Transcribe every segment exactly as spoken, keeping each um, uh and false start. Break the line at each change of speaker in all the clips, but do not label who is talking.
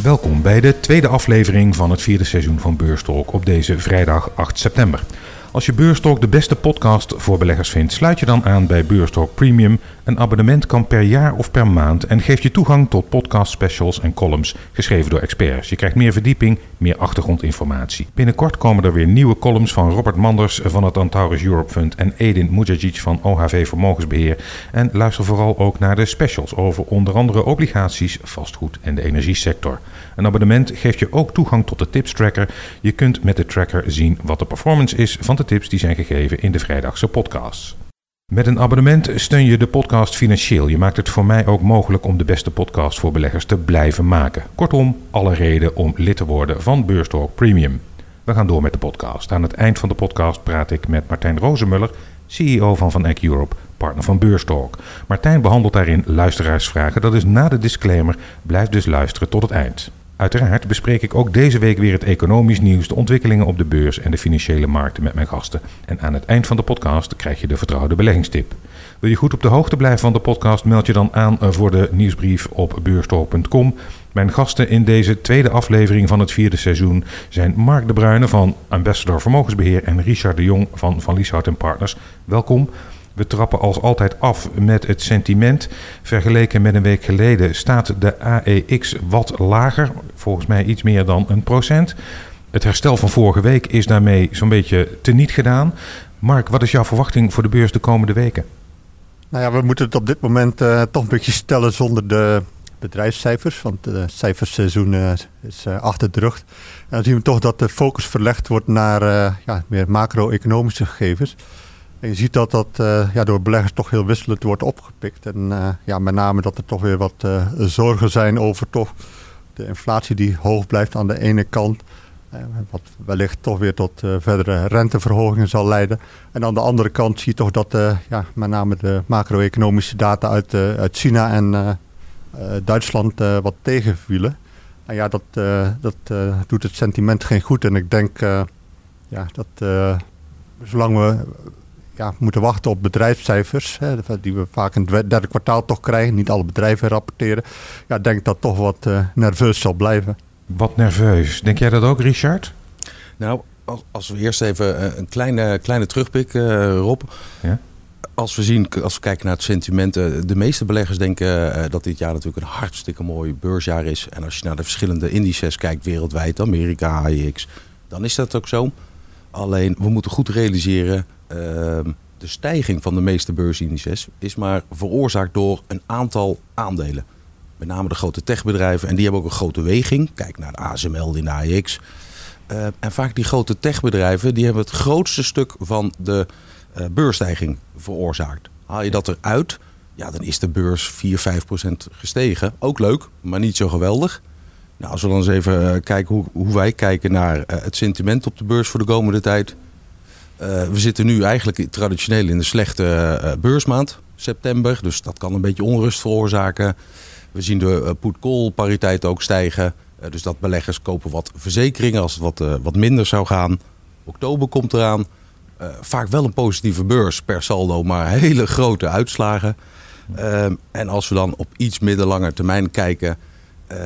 Welkom bij de tweede aflevering van het vierde seizoen van Beurstalk op deze vrijdag acht september. Als je Beurstalk de beste podcast voor beleggers vindt, sluit je dan aan bij Beurstalk Premium. Een abonnement kan per jaar of per maand en geeft je toegang tot podcast specials en columns geschreven door experts. Je krijgt meer verdieping, meer achtergrondinformatie. Binnenkort komen er weer nieuwe columns van Robert Manders van het Antaurus Europe Fund en Edin Mujagic van O H V Vermogensbeheer. En luister vooral ook naar de specials over onder andere obligaties, vastgoed en de energiesector. Een abonnement geeft je ook toegang tot de tips tracker. Je kunt met de tracker zien wat de performance is van de tips die zijn gegeven in de vrijdagse podcasts. Met een abonnement steun je de podcast financieel. Je maakt het voor mij ook mogelijk om de beste podcast voor beleggers te blijven maken. Kortom, alle reden om lid te worden van Beurstalk Premium. We gaan door met de podcast. Aan het eind van de podcast praat ik met Martijn Rozenmuller, C E O van Van Eck Europe, partner van Beurstalk. Martijn behandelt daarin luisteraarsvragen. Dat is na de disclaimer. Blijf dus luisteren tot het eind. Uiteraard bespreek ik ook deze week weer het economisch nieuws, de ontwikkelingen op de beurs en de financiële markten met mijn gasten. En aan het eind van de podcast krijg je de vertrouwde beleggingstip. Wil je goed op de hoogte blijven van de podcast, meld je dan aan voor de nieuwsbrief op beurstalk punt com. Mijn gasten in deze tweede aflevering van het vierde seizoen zijn Mark de Bruyne van Ambassador Vermogensbeheer en Richard de Jong van Van Lieshout en Partners. Welkom. We trappen als altijd af met het sentiment. Vergeleken met een week geleden staat de A E X wat lager. Volgens mij iets meer dan een procent. Het herstel van vorige week is daarmee zo'n beetje teniet gedaan. Mark, wat is jouw verwachting voor de beurs de komende weken?
Nou ja, we moeten het op dit moment uh, toch een beetje stellen zonder de bedrijfscijfers. Want het uh, cijferseizoen uh, is uh, achter de rug. En dan zien we toch dat de focus verlegd wordt naar uh, ja, meer macro-economische gegevens. En je ziet dat dat uh, ja, door beleggers toch heel wisselend wordt opgepikt. En uh, ja, met name dat er toch weer wat uh, zorgen zijn over toch de inflatie die hoog blijft aan de ene kant. Uh, wat wellicht toch weer tot uh, verdere renteverhogingen zal leiden. En aan de andere kant zie je toch dat uh, ja, met name de macro-economische data uit, uh, uit China en uh, uh, Duitsland uh, wat tegenvielen. En ja, dat, uh, dat uh, doet het sentiment geen goed. En ik denk uh, ja, dat uh, zolang we Ja, moeten wachten op bedrijfscijfers, hè, die we vaak in het derde kwartaal toch krijgen. Niet alle bedrijven rapporteren. Ja, ik denk dat toch wat uh, nerveus zal blijven.
Wat nerveus. Denk jij dat ook, Richard?
Nou, als, als we eerst even een kleine, kleine terugblik, uh, Rob. Ja? Als we zien, als we kijken naar het sentiment. Uh, de meeste beleggers denken uh, dat dit jaar natuurlijk een hartstikke mooi beursjaar is. En als je naar de verschillende indices kijkt wereldwijd, Amerika, A E X, dan is dat ook zo. Alleen, we moeten goed realiseren, uh, de stijging van de meeste beursindices is maar veroorzaakt door een aantal aandelen. Met name de grote techbedrijven. En die hebben ook een grote weging. Kijk naar de A S M L in de A E X. Uh, en vaak die grote techbedrijven, die hebben het grootste stuk van de uh, beursstijging veroorzaakt. Haal je dat eruit, ja, dan is de beurs vier, vijf procent gestegen. Ook leuk, maar niet zo geweldig. Nou, als we dan eens even kijken hoe, hoe wij kijken naar uh, het sentiment op de beurs voor de komende tijd. Uh, we zitten nu eigenlijk traditioneel in de slechte uh, beursmaand, september. Dus dat kan een beetje onrust veroorzaken. We zien de uh, put-call pariteit ook stijgen. Uh, dus dat beleggers kopen wat verzekeringen als het wat, uh, wat minder zou gaan. Oktober komt eraan. Uh, vaak wel een positieve beurs per saldo, maar hele grote uitslagen. Uh, en als we dan op iets middellange termijn kijken. Uh,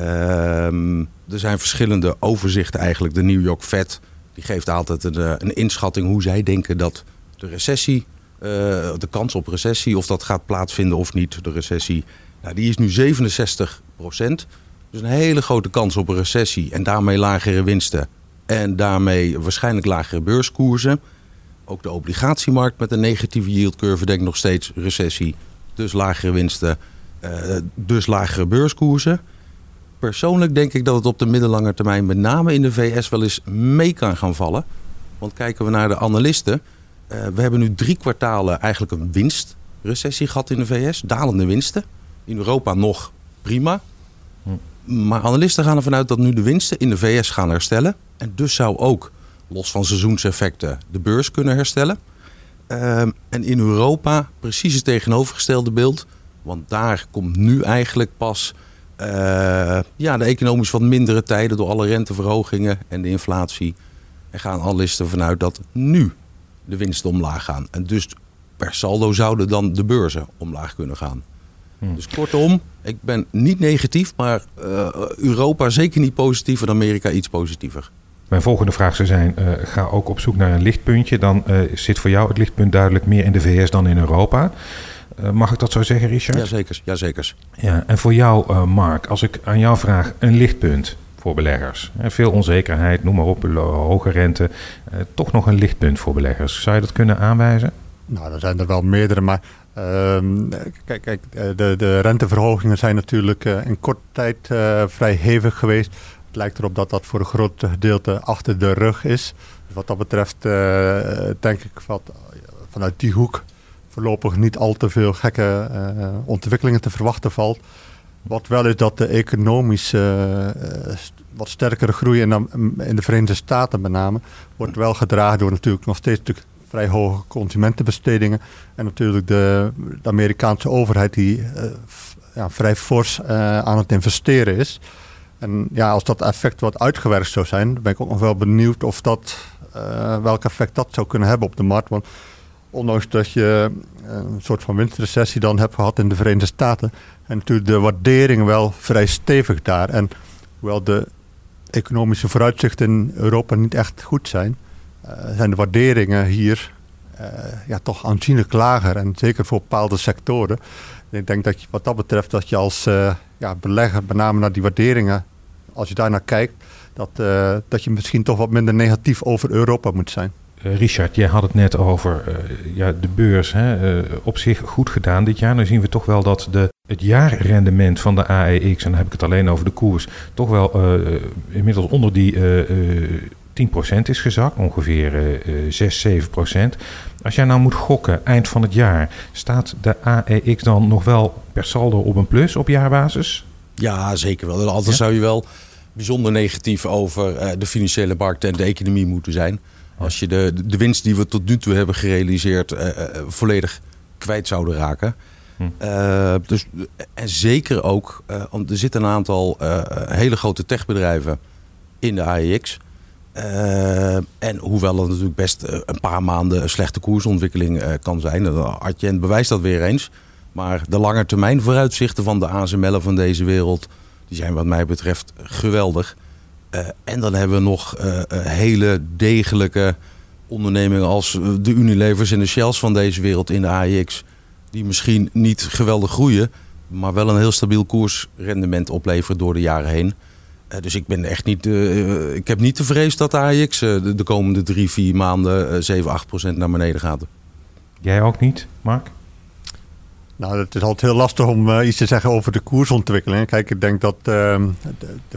er zijn verschillende overzichten eigenlijk. De New York Fed die geeft altijd een, een inschatting hoe zij denken dat de recessie, uh, de kans op recessie, of dat gaat plaatsvinden of niet, de recessie. Nou, die is nu zevenenzestig procent. Dus een hele grote kans op een recessie en daarmee lagere winsten. En daarmee waarschijnlijk lagere beurskoersen. Ook de obligatiemarkt met een negatieve yieldcurve denkt nog steeds recessie. Dus lagere winsten, uh, dus lagere beurskoersen. Persoonlijk denk ik dat het op de middellange termijn met name in de V S wel eens mee kan gaan vallen. Want kijken we naar de analisten. Uh, we hebben nu drie kwartalen eigenlijk een winstrecessie gehad in de V S. Dalende winsten. In Europa nog prima. Hm. Maar analisten gaan ervan uit dat nu de winsten in de V S gaan herstellen. En dus zou ook, los van seizoenseffecten, de beurs kunnen herstellen. Uh, en in Europa precies het tegenovergestelde beeld. Want daar komt nu eigenlijk pas Uh, ja, de economisch wat mindere tijden door alle renteverhogingen en de inflatie. En gaan analisten ervan uit dat nu de winsten omlaag gaan. En dus per saldo zouden dan de beurzen omlaag kunnen gaan. Hmm. Dus kortom, ik ben niet negatief, maar uh, Europa zeker niet positief en Amerika iets positiever.
Mijn volgende vraag zou zijn, uh, ga ook op zoek naar een lichtpuntje. Dan uh, zit voor jou het lichtpunt duidelijk meer in de V S dan in Europa. Uh, mag ik dat zo zeggen, Richard?
Jazeker, jazeker.
Ja, en voor jou, uh, Mark, als ik aan jou vraag een lichtpunt voor beleggers. Hè, veel onzekerheid, noem maar op, hoge rente. Uh, toch nog een lichtpunt voor beleggers. Zou je dat kunnen aanwijzen?
Nou, er zijn er wel meerdere, maar uh, kijk, kijk de, de renteverhogingen zijn natuurlijk uh, in korte tijd uh, vrij hevig geweest. Het lijkt erop dat dat voor een groot gedeelte achter de rug is. Dus wat dat betreft uh, denk ik dat vanuit die hoek voorlopig niet al te veel gekke uh, ontwikkelingen te verwachten valt. Wat wel is dat de economische uh, wat sterkere groei in de, in de Verenigde Staten met name wordt wel gedragen door natuurlijk nog steeds natuurlijk vrij hoge consumentenbestedingen. En natuurlijk de, de Amerikaanse overheid die uh, f, ja, vrij fors uh, aan het investeren is. En ja, als dat effect wat uitgewerkt zou zijn, ben ik ook nog wel benieuwd of dat, uh, welk effect dat zou kunnen hebben op de markt. Want ondanks dat je een soort van winstrecessie dan hebt gehad in de Verenigde Staten, en natuurlijk de waarderingen wel vrij stevig daar. En hoewel de economische vooruitzichten in Europa niet echt goed zijn, uh, zijn de waarderingen hier uh, ja, toch aanzienlijk lager. En zeker voor bepaalde sectoren. Ik denk dat je, wat dat betreft dat je als uh, ja, belegger met name naar die waarderingen, als je daar naar kijkt, dat, uh, dat je misschien toch wat minder negatief over Europa moet zijn.
Uh, Richard, jij had het net over uh, ja, de beurs, hè, uh, op zich goed gedaan dit jaar. Nu zien we toch wel dat de, het jaarrendement van de A E X, en dan heb ik het alleen over de koers, toch wel uh, inmiddels onder die uh, uh, tien procent is gezakt. Ongeveer uh, zes, zeven procent. Als jij nou moet gokken eind van het jaar, staat de A E X dan nog wel per saldo op een plus op jaarbasis?
Ja, zeker wel. Altijd ja? zou je wel bijzonder negatief over uh, de financiële markt en de economie moeten zijn. Als je de, de winst die we tot nu toe hebben gerealiseerd uh, uh, volledig kwijt zouden raken. Hm. Uh, dus, en zeker ook, uh, er zitten een aantal uh, hele grote techbedrijven in de A E X. Uh, en hoewel het natuurlijk best uh, een paar maanden een slechte koersontwikkeling uh, kan zijn. Adyen bewijst dat weer eens. Maar de langetermijn vooruitzichten van de A S M L'en van deze wereld, die zijn wat mij betreft geweldig. Uh, en dan hebben we nog uh, hele degelijke ondernemingen als de Unilevers en de Shells van deze wereld in de A E X. Die misschien niet geweldig groeien, maar wel een heel stabiel koersrendement opleveren door de jaren heen. Uh, dus ik ben echt niet, uh, ik heb niet de vrees dat de A E X uh, de, de komende drie, vier maanden uh, zeven, acht procent naar beneden gaat.
Jij ook niet, Mark?
Nou, het is altijd heel lastig om uh, iets te zeggen over de koersontwikkeling. Kijk, ik denk dat uh, de, de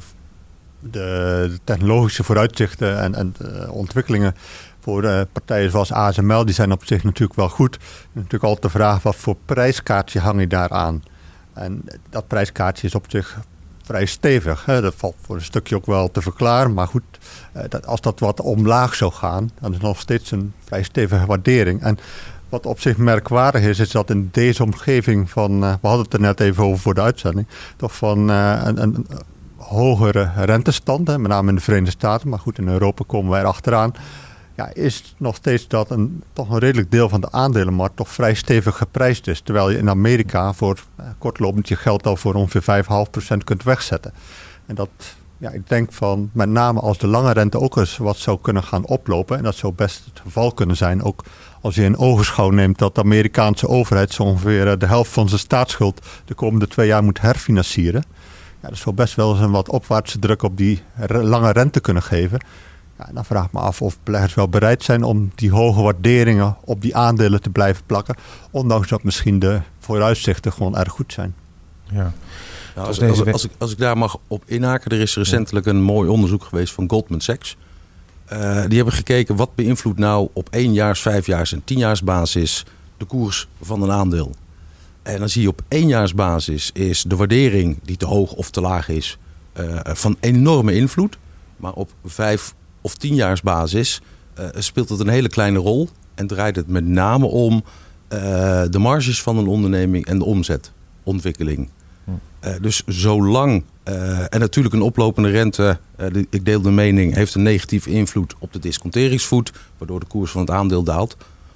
De technologische vooruitzichten en, en de ontwikkelingen voor uh, partijen zoals A S M L, die zijn op zich natuurlijk wel goed. Natuurlijk altijd de vraag, wat voor prijskaartje hang je daar aan? En dat prijskaartje is op zich vrij stevig. Hè? Dat valt voor een stukje ook wel te verklaren. Maar goed, uh, dat, als dat wat omlaag zou gaan, dan is het nog steeds een vrij stevige waardering. En wat op zich merkwaardig is, is dat in deze omgeving van, uh, we hadden het er net even over voor de uitzending, toch van uh, een, een hogere rentestand, hè, met name in de Verenigde Staten, maar goed, in Europa komen wij erachteraan. Ja, is nog steeds dat een, toch een redelijk deel van de aandelenmarkt toch vrij stevig geprijsd is. Terwijl je in Amerika voor eh, kortlopend je geld al voor ongeveer vijf komma vijf procent kunt wegzetten. En dat, ja, ik denk van, met name als de lange rente ook eens wat zou kunnen gaan oplopen, en dat zou best het geval kunnen zijn, ook als je in ogenschouw neemt dat de Amerikaanse overheid zo ongeveer de helft van zijn staatsschuld de komende twee jaar moet herfinancieren. Ja, dat zou best wel eens een wat opwaartse druk op die re- lange rente kunnen geven. Ja, en dan vraag ik me af of beleggers wel bereid zijn om die hoge waarderingen op die aandelen te blijven plakken. Ondanks dat misschien de vooruitzichten gewoon erg goed zijn.
Ja.
Nou, als, als, als, ik, als ik daar mag op inhaken, er is recentelijk een mooi onderzoek geweest van Goldman Sachs. Uh, die hebben gekeken wat beïnvloedt nou op éénjaars, vijfjaars en tienjaarsbasis de koers van een aandeel. En dan zie je op éénjaarsbasis is de waardering die te hoog of te laag is uh, van enorme invloed. Maar op vijf of tienjaarsbasis uh, speelt het een hele kleine rol. En draait het met name om uh, de marges van een onderneming en de omzetontwikkeling. Uh, dus zolang, uh, en natuurlijk een oplopende rente, uh, de, ik deel de mening, heeft een negatieve invloed op de disconteringsvoet, waardoor de koers van het aandeel daalt.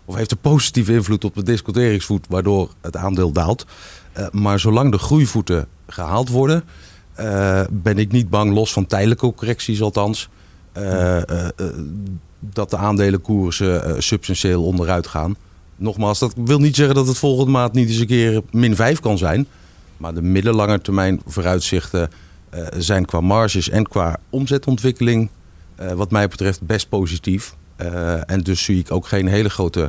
of heeft een positieve invloed op de disconteringsvoet, waardoor het aandeel daalt. Uh, maar zolang de groeivoeten gehaald worden, uh, ben ik niet bang, los van tijdelijke correcties althans, uh, uh, uh, dat de aandelenkoersen uh, substantieel onderuit gaan. Nogmaals, dat wil niet zeggen dat het volgende maand niet eens een keer min vijf kan zijn. Maar de middellange termijn vooruitzichten uh, zijn qua marges en qua omzetontwikkeling uh, wat mij betreft best positief. Uh, en dus zie ik ook geen hele grote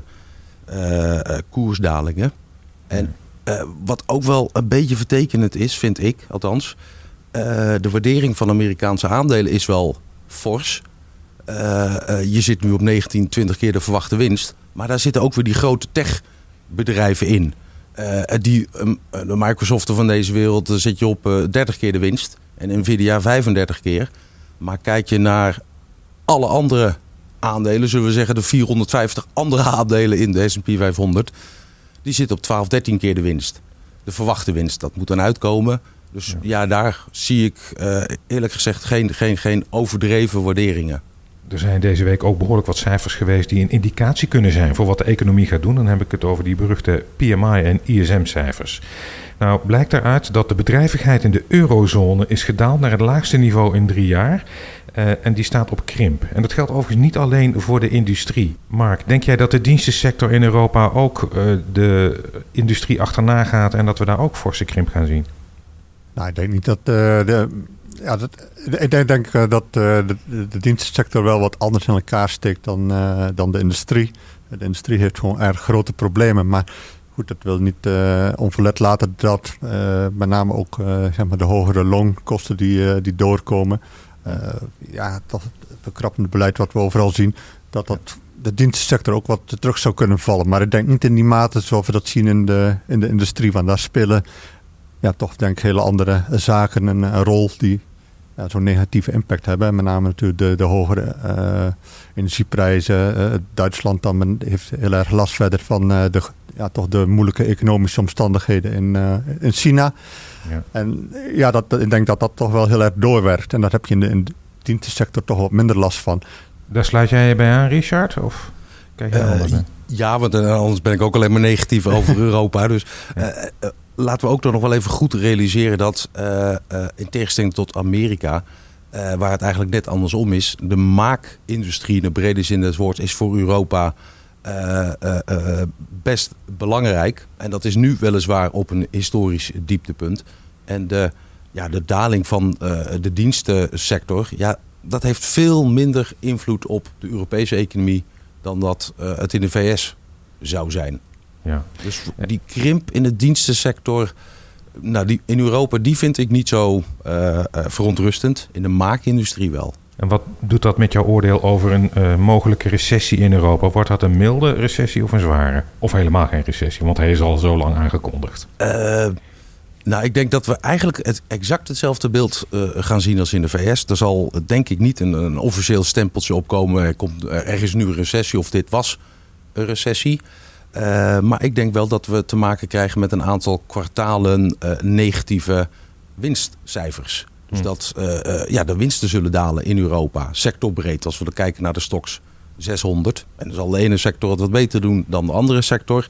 uh, uh, koersdalingen. En uh, wat ook wel een beetje vertekenend is, vind ik althans, uh, de waardering van Amerikaanse aandelen is wel fors. Uh, uh, je zit nu op negentien, twintig keer de verwachte winst. Maar daar zitten ook weer die grote techbedrijven in. Uh, die, um, de Microsoft van deze wereld, uh, zit je op uh, dertig keer de winst. En Nvidia vijfendertig keer. Maar kijk je naar alle andere aandelen, zullen we zeggen de vierhonderdvijftig andere aandelen in de S en P vijfhonderd. Die zitten op twaalf, dertien keer de winst. De verwachte winst, dat moet dan uitkomen. Dus ja, ja daar zie ik uh, eerlijk gezegd geen, geen, geen overdreven waarderingen.
Er zijn deze week ook behoorlijk wat cijfers geweest die een indicatie kunnen zijn voor wat de economie gaat doen. Dan heb ik het over die beruchte P M I en I S M-cijfers. Nou, blijkt eruit dat de bedrijvigheid in de eurozone is gedaald naar het laagste niveau in drie jaar. Uh, en die staat op krimp. En dat geldt overigens niet alleen voor de industrie. Mark, denk jij dat de dienstensector in Europa ook uh, de industrie achterna gaat en dat we daar ook forse krimp gaan zien?
Nou, ik denk niet dat... Uh, de, ja, dat ik denk, denk uh, dat uh, de, de dienstensector wel wat anders in elkaar steekt dan, uh, dan de industrie. De industrie heeft gewoon erg grote problemen, maar... Goed, dat wil niet uh, onverlet laten dat uh, met name ook uh, zeg maar de hogere loonkosten die, uh, die doorkomen. Uh, ja, dat het verkrappende beleid wat we overal zien, dat dat de dienstensector ook wat terug zou kunnen vallen. Maar ik denk niet in die mate zoals we dat zien in de, in de industrie. Want daar spelen ja, toch denk ik hele andere zaken een, een rol die ja, zo'n negatieve impact hebben. Met name natuurlijk de, de hogere uh, energieprijzen. Uh, Duitsland dan heeft heel erg last verder van uh, de... Ja, toch de moeilijke economische omstandigheden in, uh, in China. Ja. En ja, dat, ik denk dat dat toch wel heel erg doorwerkt. En daar heb je in de, in de dienstensector toch wat minder last van.
Daar sluit jij je bij aan, Richard? Of kijk jij anders uh,
ja, want uh, anders ben ik ook alleen maar negatief over Europa. Dus uh, uh, laten we ook nog wel even goed realiseren dat uh, uh, in tegenstelling tot Amerika... Uh, waar het eigenlijk net andersom is... de maakindustrie in de brede zin des woords is voor Europa... Uh, uh, uh, best belangrijk. En dat is nu weliswaar op een historisch dieptepunt. En de, ja, de daling van uh, de dienstensector... Ja, dat heeft veel minder invloed op de Europese economie... dan dat uh, het in de V S zou zijn. Ja. Dus die krimp in de dienstensector... Nou, die, in Europa die vind ik niet zo uh, uh, verontrustend. In de maakindustrie wel.
En wat doet dat met jouw oordeel over een uh, mogelijke recessie in Europa? Wordt dat een milde recessie of een zware? Of helemaal geen recessie, want hij is al zo lang aangekondigd.
Uh, nou, ik denk dat we eigenlijk het, exact hetzelfde beeld uh, gaan zien als in de V S. Er zal denk ik niet een, een officieel stempeltje opkomen. Er, komt, er is nu een recessie of dit was een recessie. Uh, maar ik denk wel dat we te maken krijgen met een aantal kwartalen uh, negatieve winstcijfers. Dus dat uh, uh, ja, de winsten zullen dalen in Europa, sectorbreed. Als we dan kijken naar de Stoxx zeshonderd. En dan zal de ene sector het wat beter doen dan de andere sector.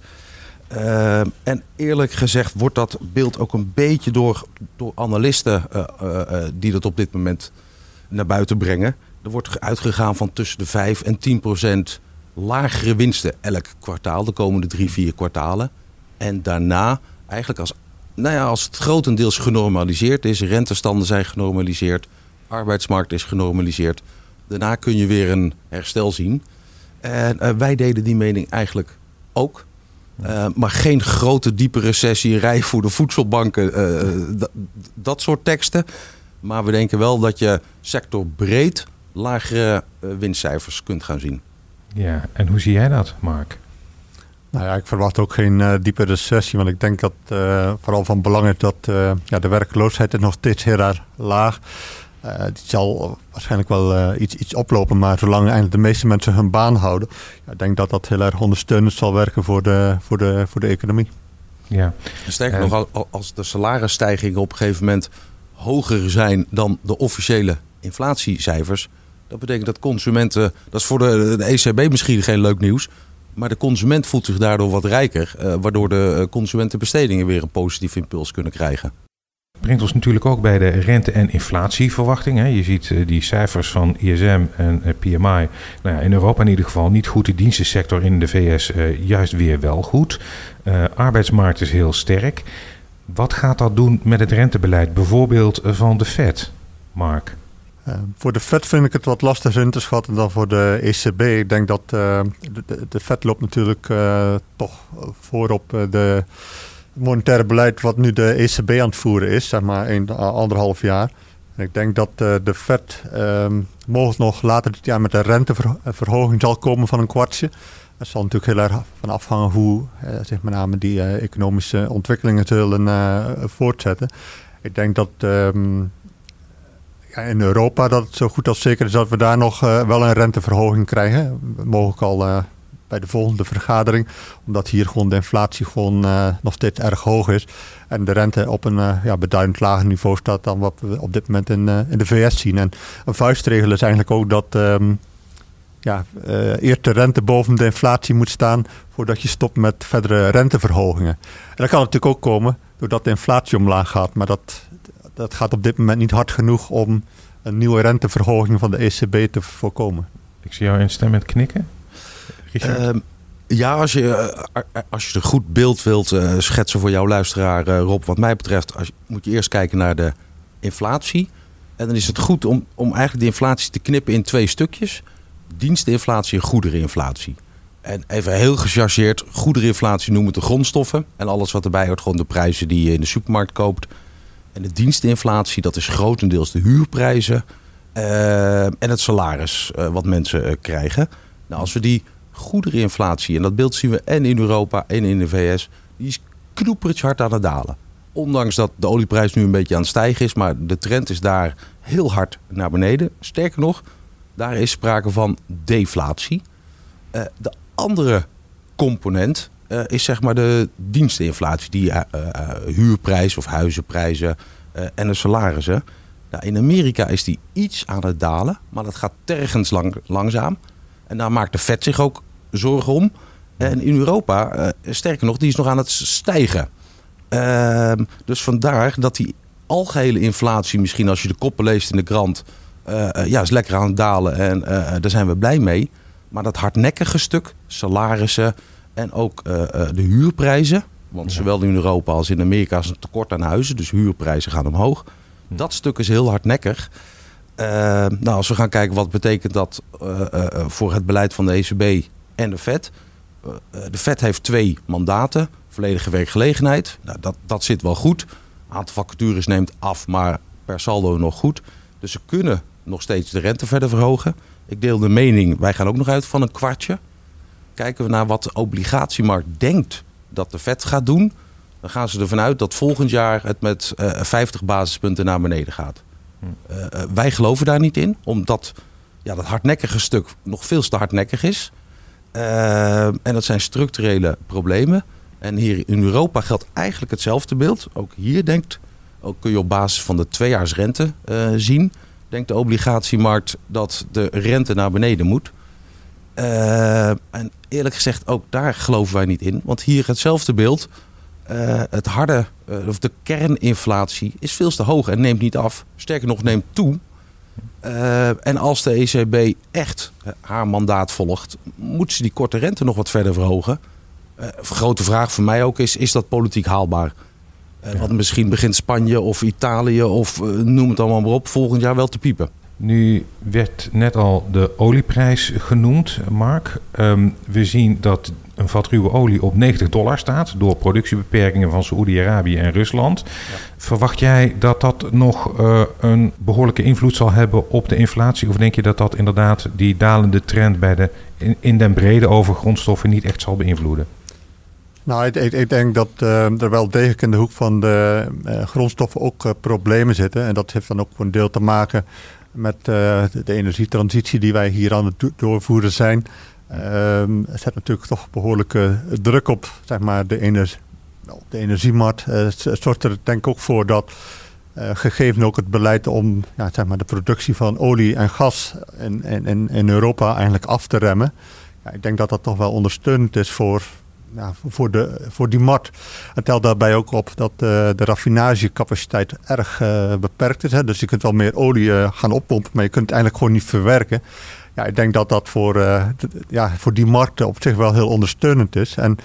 Uh, en eerlijk gezegd wordt dat beeld ook een beetje door, door analisten... Uh, uh, uh, die dat op dit moment naar buiten brengen. Er wordt uitgegaan van tussen de vijf en tien procent lagere winsten elk kwartaal. De komende drie, vier kwartalen. En daarna eigenlijk als... Nou ja, als het grotendeels genormaliseerd is, rentestanden zijn genormaliseerd, arbeidsmarkt is genormaliseerd, daarna kun je weer een herstel zien. En uh, wij deden die mening eigenlijk ook. Uh, maar geen grote diepe recessie, rij voor de voedselbanken, uh, d- dat soort teksten. Maar we denken wel dat je sectorbreed lagere uh, winstcijfers kunt gaan zien.
Ja, en hoe zie jij dat, Mark?
Nou ja, ik verwacht ook geen uh, diepe recessie, want ik denk dat uh, vooral van belang is dat uh, ja, de werkloosheid is nog steeds heel erg laag. Uh, die zal waarschijnlijk wel uh, iets, iets oplopen, maar zolang eigenlijk de meeste mensen hun baan houden, ja, ik denk dat dat heel erg ondersteunend zal werken voor de, voor de, voor de economie.
Ja. Sterker uh, nog, als de salarisstijgingen op een gegeven moment hoger zijn dan de officiële inflatiecijfers, dat betekent dat consumenten, dat is voor de, de E C B misschien geen leuk nieuws, Maar de consument voelt zich daardoor wat rijker, uh, waardoor de consumentenbestedingen weer een positief impuls kunnen krijgen.
Brengt ons natuurlijk ook bij de rente- en inflatieverwachtingen. Je ziet uh, die cijfers van I S M en uh, P M I. Nou ja, in Europa in ieder geval niet goed. De dienstensector in de V S uh, juist weer wel goed. Uh, arbeidsmarkt is heel sterk. Wat gaat dat doen met het rentebeleid, bijvoorbeeld uh, van de Fed, Mark?
Uh, voor de Fed vind ik het wat lastiger in te schatten dan voor de E C B. Ik denk dat uh, de, de Fed loopt natuurlijk uh, toch voor op uh, de monetaire beleid wat nu de E C B aan het voeren is, zeg maar een, anderhalf jaar. En ik denk dat uh, de Fed um, mogelijk nog later dit jaar met een renteverhoging zal komen van een kwartje. Dat zal natuurlijk heel erg van afhangen hoe uh, zeg maar, met name die uh, economische ontwikkelingen zullen uh, voortzetten. Ik denk dat um, ja, in Europa dat het zo goed als zeker is dat we daar nog uh, wel een renteverhoging krijgen. Mogelijk al uh, bij de volgende vergadering. Omdat hier gewoon de inflatie gewoon uh, nog steeds erg hoog is. En de rente op een uh, ja, beduidend lager niveau staat dan wat we op dit moment in, uh, in de V S zien. En een vuistregel is eigenlijk ook dat um, ja, uh, eerst de rente boven de inflatie moet staan voordat je stopt met verdere renteverhogingen. En dat kan natuurlijk ook komen doordat de inflatie omlaag gaat. Maar dat, dat gaat op dit moment niet hard genoeg om een nieuwe renteverhoging van de E C B te voorkomen.
Ik zie jou instemmend knikken.
Uh, ja, als je, uh, als je een goed beeld wilt uh, schetsen voor jouw luisteraar, uh, Rob, wat mij betreft, als je, moet je eerst kijken naar de inflatie. En dan is het goed om, om eigenlijk de inflatie te knippen in twee stukjes. Diensteninflatie en goedereninflatie. En even heel gechargeerd, goedereninflatie noemen we de grondstoffen. En alles wat erbij hoort, gewoon de prijzen die je in de supermarkt koopt. En de diensteninflatie, dat is grotendeels de huurprijzen uh, en het salaris uh, wat mensen uh, krijgen. Nou, als we die goedereninflatie, en dat beeld zien we en in Europa en in de V S, die is knoepertje hard aan het dalen. Ondanks dat de olieprijs nu een beetje aan het stijgen is, maar de trend is daar heel hard naar beneden. Sterker nog, daar is sprake van deflatie. Uh, de andere component uh, is zeg maar de diensteninflatie, die uh, uh, huurprijs of huizenprijzen uh, en de salarissen. Nou, in Amerika is die iets aan het dalen, maar dat gaat tergend lang, langzaam. En daar maakt de Fed zich ook zorgen om. En in Europa, uh, sterker nog, die is nog aan het stijgen. Uh, dus vandaar dat die algehele inflatie, misschien als je de koppen leest in de krant, uh, uh, ja, is lekker aan het dalen. En uh, daar zijn we blij mee. Maar dat hardnekkige stuk, salarissen en ook uh, uh, de huurprijzen. Want ja. Zowel in Europa als in Amerika is een tekort aan huizen. Dus huurprijzen gaan omhoog. Hm. Dat stuk is heel hardnekkig. Uh, nou, als we gaan kijken wat betekent dat uh, uh, voor het beleid van de E C B en de Fed. Uh, de Fed heeft twee mandaten. Volledige werkgelegenheid. Nou, dat, dat zit wel goed. Het aantal vacatures neemt af, maar per saldo nog goed. Dus ze kunnen nog steeds de rente verder verhogen. Ik deel de mening, wij gaan ook nog uit van een kwartje. Kijken we naar wat de obligatiemarkt denkt dat de Fed gaat doen. Dan gaan ze ervan uit dat volgend jaar het met uh, vijftig basispunten naar beneden gaat. Uh, uh, wij geloven daar niet in, omdat ja, dat hardnekkige stuk nog veel te hardnekkig is. Uh, en dat zijn structurele problemen. En hier in Europa geldt eigenlijk hetzelfde beeld. Ook hier denkt, ook kun je op basis van de tweejaarsrente uh, zien, denkt de obligatiemarkt dat de rente naar beneden moet. Uh, en eerlijk gezegd, ook daar geloven wij niet in. Want hier hetzelfde beeld. Uh, het harde, uh, of de kerninflatie is veel te hoog en neemt niet af. Sterker nog, neemt toe. Uh, en als de E C B echt uh, haar mandaat volgt, moet ze die korte rente nog wat verder verhogen. Uh, grote vraag voor mij ook is, is dat politiek haalbaar? Uh, ja. Want misschien begint Spanje of Italië of uh, noem het allemaal maar op, volgend jaar wel te piepen.
Nu werd net al de olieprijs genoemd, Mark. Um, we zien dat een vat ruwe olie op negentig dollar staat door productiebeperkingen van Saoedi-Arabië en Rusland. Ja. Verwacht jij dat dat nog uh, een behoorlijke invloed zal hebben op de inflatie? Of denk je dat dat inderdaad die dalende trend bij de, in, in den brede over grondstoffen niet echt zal beïnvloeden?
Nou, ik, ik, ik denk dat uh, er wel degelijk in de hoek van de uh, grondstoffen ook uh, problemen zitten. En dat heeft dan ook een deel te maken met uh, de, de energietransitie die wij hier aan het do- doorvoeren zijn. Uh, er zet natuurlijk toch behoorlijke druk op, zeg maar, de, ener- op de energiemarkt. Uh, het zorgt er denk ik ook voor dat, uh, gegeven ook het beleid om ja, zeg maar, de productie van olie en gas in, in, in Europa eigenlijk af te remmen. ja, ik denk dat dat toch wel ondersteunend is voor, ja, voor, de, voor die markt. Het telt daarbij ook op dat uh, de raffinagecapaciteit erg uh, beperkt is. Hè? Dus je kunt wel meer olie uh, gaan oppompen, maar je kunt het eigenlijk gewoon niet verwerken. Ja, ik denk dat dat voor, uh, d- ja, voor die markten op zich wel heel ondersteunend is. En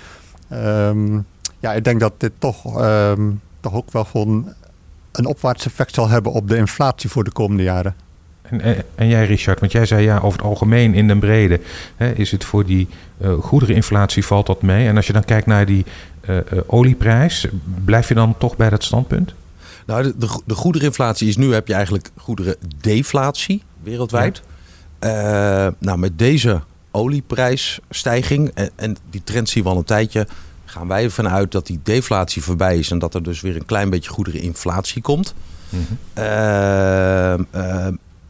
um, ja, ik denk dat dit toch, um, toch ook wel gewoon een opwaarts effect zal hebben op de inflatie voor de komende jaren.
En, en, en jij, Richard, want jij zei ja, over het algemeen in den brede hè, is het voor die uh, goedereninflatie valt dat mee. En als je dan kijkt naar die uh, uh, olieprijs, blijf je dan toch bij dat standpunt?
Nou, de, de, de goedereninflatie is nu, heb je eigenlijk goederendeflatie wereldwijd. Ja. Uh, nou, met deze olieprijsstijging, en, en die trend zien we al een tijdje, gaan wij ervan uit dat die deflatie voorbij is en dat er dus weer een klein beetje goedereninflatie komt. Mm-hmm. Uh, uh,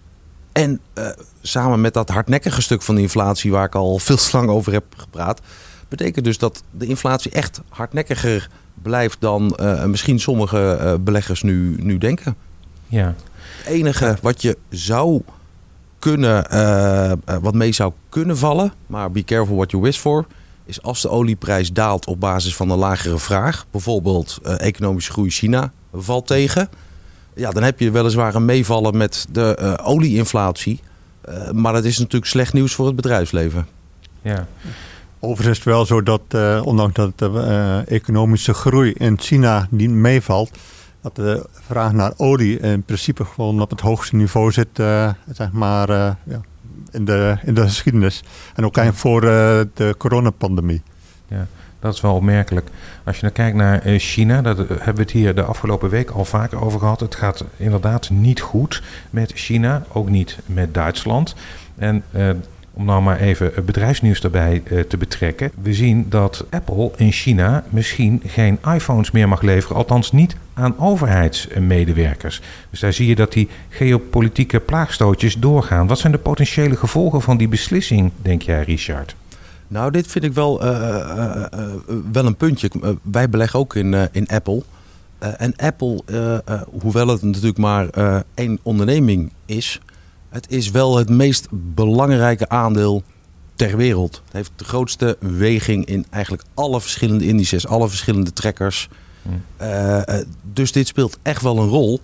en uh, samen met dat hardnekkige stuk van de inflatie waar ik al veel te lang over heb gepraat, betekent dus dat de inflatie echt hardnekkiger blijft dan uh, misschien sommige uh, beleggers nu, nu denken.
Ja.
Het enige wat je zou kunnen, uh, uh, wat mee zou kunnen vallen, maar be careful what you wish for, is als de olieprijs daalt op basis van een lagere vraag, bijvoorbeeld uh, economische groei China valt tegen, ja, dan heb je weliswaar een meevallen met de uh, olieinflatie, uh, maar dat is natuurlijk slecht nieuws voor het bedrijfsleven.
Ja.
Overigens is het wel zo dat, uh, ondanks dat de uh, economische groei in China niet meevalt, dat de vraag naar olie in principe gewoon op het hoogste niveau zit, uh, zeg maar, uh, ja, in, de, in de geschiedenis. En ook eigenlijk voor uh, de coronapandemie.
Ja, dat is wel opmerkelijk. Als je dan kijkt naar uh, China, daar hebben we het hier de afgelopen week al vaker over gehad. Het gaat inderdaad niet goed met China, ook niet met Duitsland. En uh, om nou maar even het bedrijfsnieuws daarbij uh, te betrekken. We zien dat Apple in China misschien geen iPhones meer mag leveren. Althans niet aan overheidsmedewerkers. Dus daar zie je dat die geopolitieke plaagstootjes doorgaan. Wat zijn de potentiële gevolgen van die beslissing, denk jij, Richard?
Nou, dit vind ik wel, uh, uh, uh, wel een puntje. Uh, wij beleggen ook in, uh, in Apple. Uh, en Apple, uh, uh, hoewel het natuurlijk maar uh, één onderneming is, het is wel het meest belangrijke aandeel ter wereld. Het heeft de grootste weging in eigenlijk alle verschillende indices, alle verschillende trackers. Hmm. Uh, uh, dus dit speelt echt wel een rol.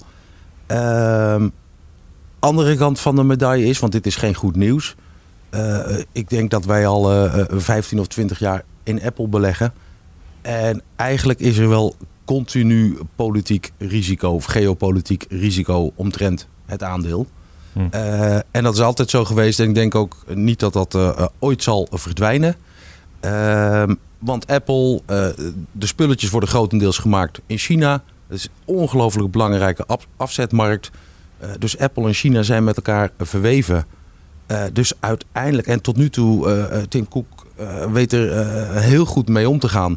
Uh, andere kant van de medaille is, want dit is geen goed nieuws. Uh, ik denk dat wij al uh, vijftien of twintig jaar in Apple beleggen. En eigenlijk is er wel continu politiek risico of geopolitiek risico omtrent het aandeel. Hm. Uh, en dat is altijd zo geweest. En ik denk ook niet dat dat uh, ooit zal verdwijnen. Uh, want Apple, uh, de spulletjes worden grotendeels gemaakt in China. Dat is een ongelooflijk belangrijke af- afzetmarkt. Uh, dus Apple en China zijn met elkaar verweven. Uh, dus uiteindelijk, en tot nu toe, uh, Tim Cook uh, weet er uh, heel goed mee om te gaan.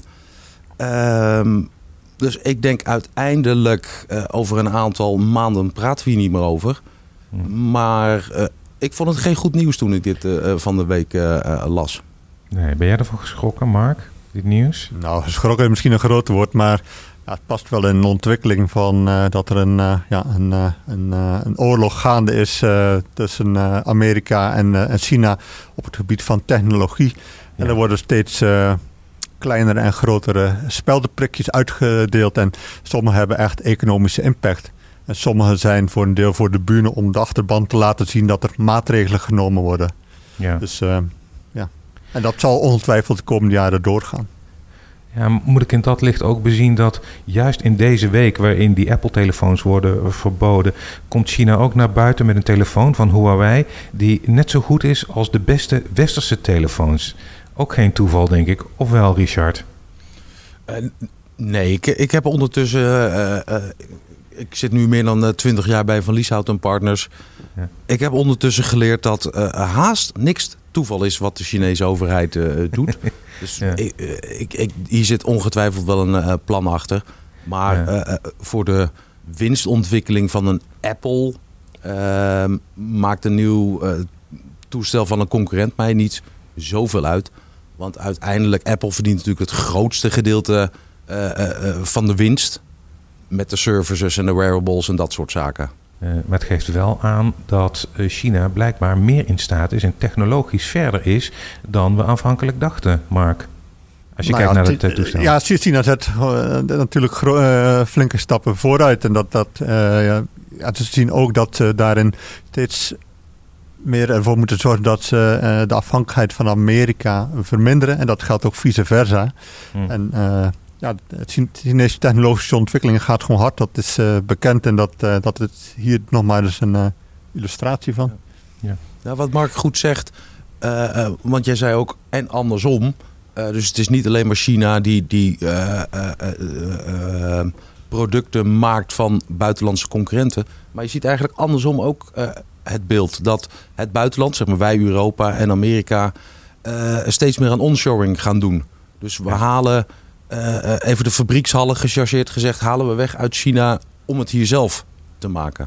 Uh, dus ik denk uiteindelijk, uh, over een aantal maanden praten we hier niet meer over. Hmm. Maar uh, ik vond het geen goed nieuws toen ik dit uh, van de week uh, uh, las. Nee,
ben jij ervan geschrokken, Mark, dit nieuws?
Nou, geschrokken is misschien een groot woord, maar ja, het past wel in de ontwikkeling van uh, dat er een, uh, ja, een, uh, een, uh, een oorlog gaande is uh, tussen uh, Amerika en, uh, en China op het gebied van technologie. Ja. En er worden steeds uh, kleinere en grotere speldenprikjes uitgedeeld en sommige hebben echt economische impact. En sommige zijn voor een deel voor de bühne om de achterban te laten zien dat er maatregelen genomen worden. Ja. Dus uh, ja, en dat zal ongetwijfeld de komende jaren doorgaan.
Ja, moet ik in dat licht ook bezien dat juist in deze week waarin die Apple-telefoons worden verboden, komt China ook naar buiten met een telefoon van Huawei die net zo goed is als de beste westerse telefoons. Ook geen toeval, denk ik. Of wel, Richard?
Uh, nee, ik, ik heb ondertussen Uh, uh, ik zit nu meer dan twintig jaar bij Van Lieshout en Partners. Ja. Ik heb ondertussen geleerd dat uh, haast niks toeval is wat de Chinese overheid uh, doet. Dus ja. ik, ik, ik, hier zit ongetwijfeld wel een uh, plan achter. Maar ja. uh, voor de winstontwikkeling van een Apple uh, maakt een nieuw uh, toestel van een concurrent mij niet zoveel uit. Want uiteindelijk, Apple verdient natuurlijk het grootste gedeelte uh, uh, van de winst met de services en de wearables en dat soort zaken.
Uh, maar het geeft wel aan dat uh, China blijkbaar meer in staat is en technologisch verder is dan we aanvankelijk dachten, Mark. Als je nou kijkt ja, naar het toestel.
Ja, China zet uh, natuurlijk gro- uh, flinke stappen vooruit. En dat, dat uh, ja, ja, te zien ook dat ze daarin steeds meer ervoor moeten zorgen dat ze uh, de afhankelijkheid van Amerika verminderen. En dat geldt ook vice versa. Hmm. En uh, ja, de Chinese technologische ontwikkeling gaat gewoon hard. Dat is uh, bekend en dat, uh, dat is hier nog maar eens een uh, illustratie van.
Ja. Ja. Nou, wat Mark goed zegt, uh, uh, want jij zei ook en andersom. Uh, dus het is niet alleen maar China die, die uh, uh, uh, uh, producten maakt van buitenlandse concurrenten. Maar je ziet eigenlijk andersom ook uh, het beeld dat het buitenland, zeg maar wij Europa en Amerika, uh, steeds meer aan onshoring gaan doen. Dus we ja. halen, uh, even de fabriekshallen gechargeerd gezegd, halen we weg uit China om het hier zelf te maken.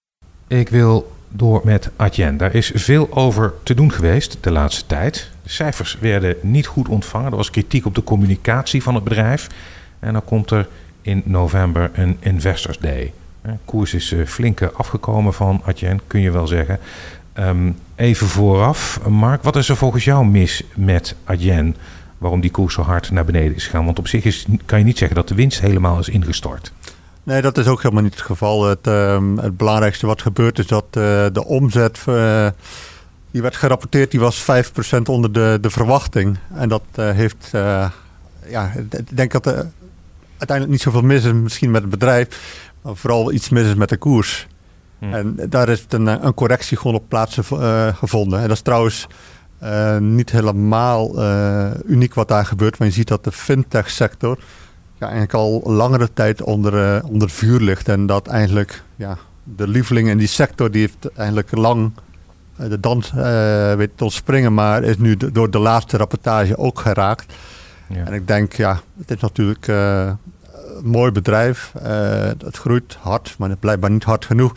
Ik wil door met Adyen. Daar is veel over te doen geweest de laatste tijd. De cijfers werden niet goed ontvangen. Er was kritiek op de communicatie van het bedrijf. En dan komt er in november een Investors Day. De koers is flink afgekomen van Adyen, kun je wel zeggen. Um, even vooraf, Mark, wat is er volgens jou mis met Adyen? Waarom die koers zo hard naar beneden is gegaan? Want op zich is, kan je niet zeggen dat de winst helemaal is ingestort.
Nee, dat is ook helemaal niet het geval. Het, um, het belangrijkste wat gebeurt is dat uh, de omzet, uh, die werd gerapporteerd, die was vijf procent onder de, de verwachting. En dat uh, heeft, uh, ja, ik denk dat er uiteindelijk niet zoveel mis is misschien met het bedrijf, maar vooral iets mis is met de koers. Hmm. En daar is een, een correctie gewoon op plaats uh, gevonden. En dat is trouwens uh, niet helemaal uh, uniek wat daar gebeurt, maar je ziet dat de fintech sector ja, eigenlijk al langere tijd onder, uh, onder vuur ligt. En dat eigenlijk ja, de lieveling in die sector, die heeft eigenlijk lang uh, de dans uh, weet te ontspringen, maar is nu de, door de laatste rapportage ook geraakt. Ja. En ik denk, ja, het is natuurlijk uh, een mooi bedrijf. Uh, het groeit hard, maar het blijkbaar niet hard genoeg.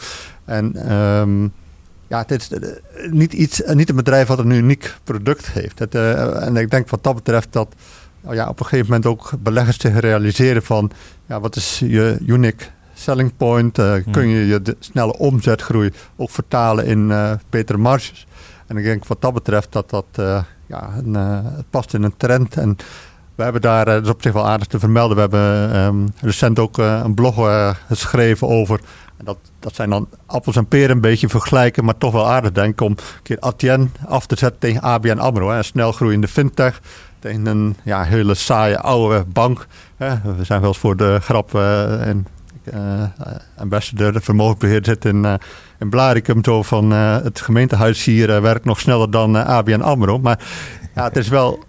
En um, ja, het is uh, niet, iets, uh, niet een bedrijf wat een uniek product heeft. Het, uh, en ik denk wat dat betreft dat nou ja, op een gegeven moment ook beleggers zich realiseren van ja, wat is je unique selling point? Uh, hmm. Kun je je de snelle omzetgroei ook vertalen in uh, betere marges? En ik denk wat dat betreft dat dat uh, ja, een, uh, het past in een trend. En we hebben daar, uh, dat is op zich wel aardig te vermelden, we hebben um, recent ook uh, een blog uh, geschreven over. En dat, dat zijn dan appels en peren een beetje vergelijken, maar toch wel aardig denk ik om een keer Adyen af te zetten tegen A B N AMRO. Hè, een snel groeiende fintech. Tegen een ja, hele saaie oude bank. Hè. We zijn wel eens voor de grap uh, en uh, ambassadeur, de vermogensbeheer zit in, uh, in Blaricum. Zo van uh, het gemeentehuis hier uh, werkt nog sneller dan uh, A B N AMRO. Maar ja, het is wel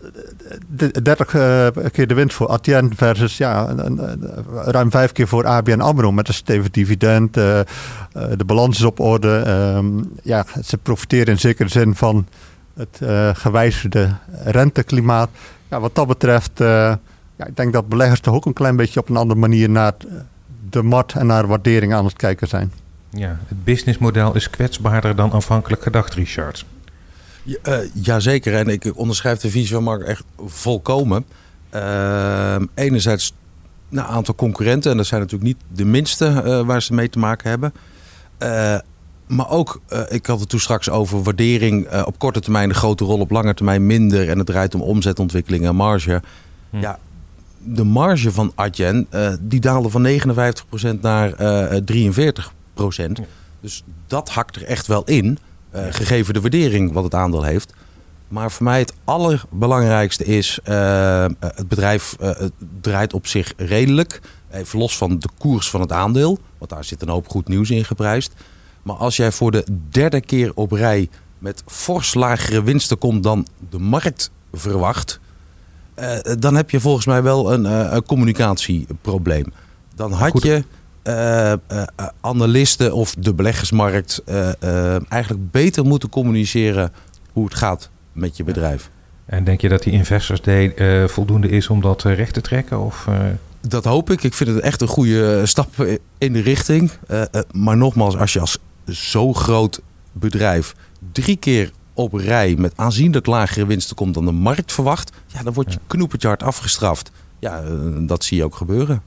dertig uh, keer de winst voor Adyen versus ja, een, een, ruim vijf keer voor A B N AMRO met een stevig dividend. Uh, uh, de balans is op orde. Um, ja, ze profiteren in zekere zin van het uh, gewijzigde renteklimaat. Ja, wat dat betreft, uh, ja, ik denk dat beleggers toch ook een klein beetje op een andere manier naar de markt en naar waardering aan het kijken zijn.
Ja, het businessmodel is kwetsbaarder dan aanvankelijk gedacht, Richard.
Ja, uh, jazeker, en ik onderschrijf de visie van Mark echt volkomen. Uh, enerzijds een aantal concurrenten, en dat zijn natuurlijk niet de minste uh, waar ze mee te maken hebben. Uh, Maar ook, uh, ik had het toen straks over waardering uh, op korte termijn een grote rol, op lange termijn minder. En het draait om omzetontwikkeling en marge. Hm. Ja, de marge van Adyen, uh, die daalde van negenenvijftig procent naar uh, drieënveertig procent. Hm. Dus dat hakt er echt wel in, uh, gegeven de waardering wat het aandeel heeft. Maar voor mij het allerbelangrijkste is, uh, het bedrijf uh, het draait op zich redelijk. Even los van de koers van het aandeel, want daar zit een hoop goed nieuws in geprijsd. Maar als jij voor de derde keer op rij met fors lagere winsten komt dan de markt verwacht, uh, dan heb je volgens mij wel een, uh, een communicatieprobleem. Dan had Goed. je uh, uh, analisten of de beleggersmarkt uh, uh, eigenlijk beter moeten communiceren hoe het gaat met je bedrijf.
En denk je dat die Investors Day uh, voldoende is om dat uh, recht te trekken? Of, uh...
Dat hoop ik. Ik vind het echt een goede stap in de richting. Uh, uh, maar nogmaals, als je als zo groot bedrijf drie keer op rij met aanzienlijk lagere winsten komt dan de markt verwacht, ja, dan wordt je knoepertje hard afgestraft. Ja, uh, dat zie je ook gebeuren.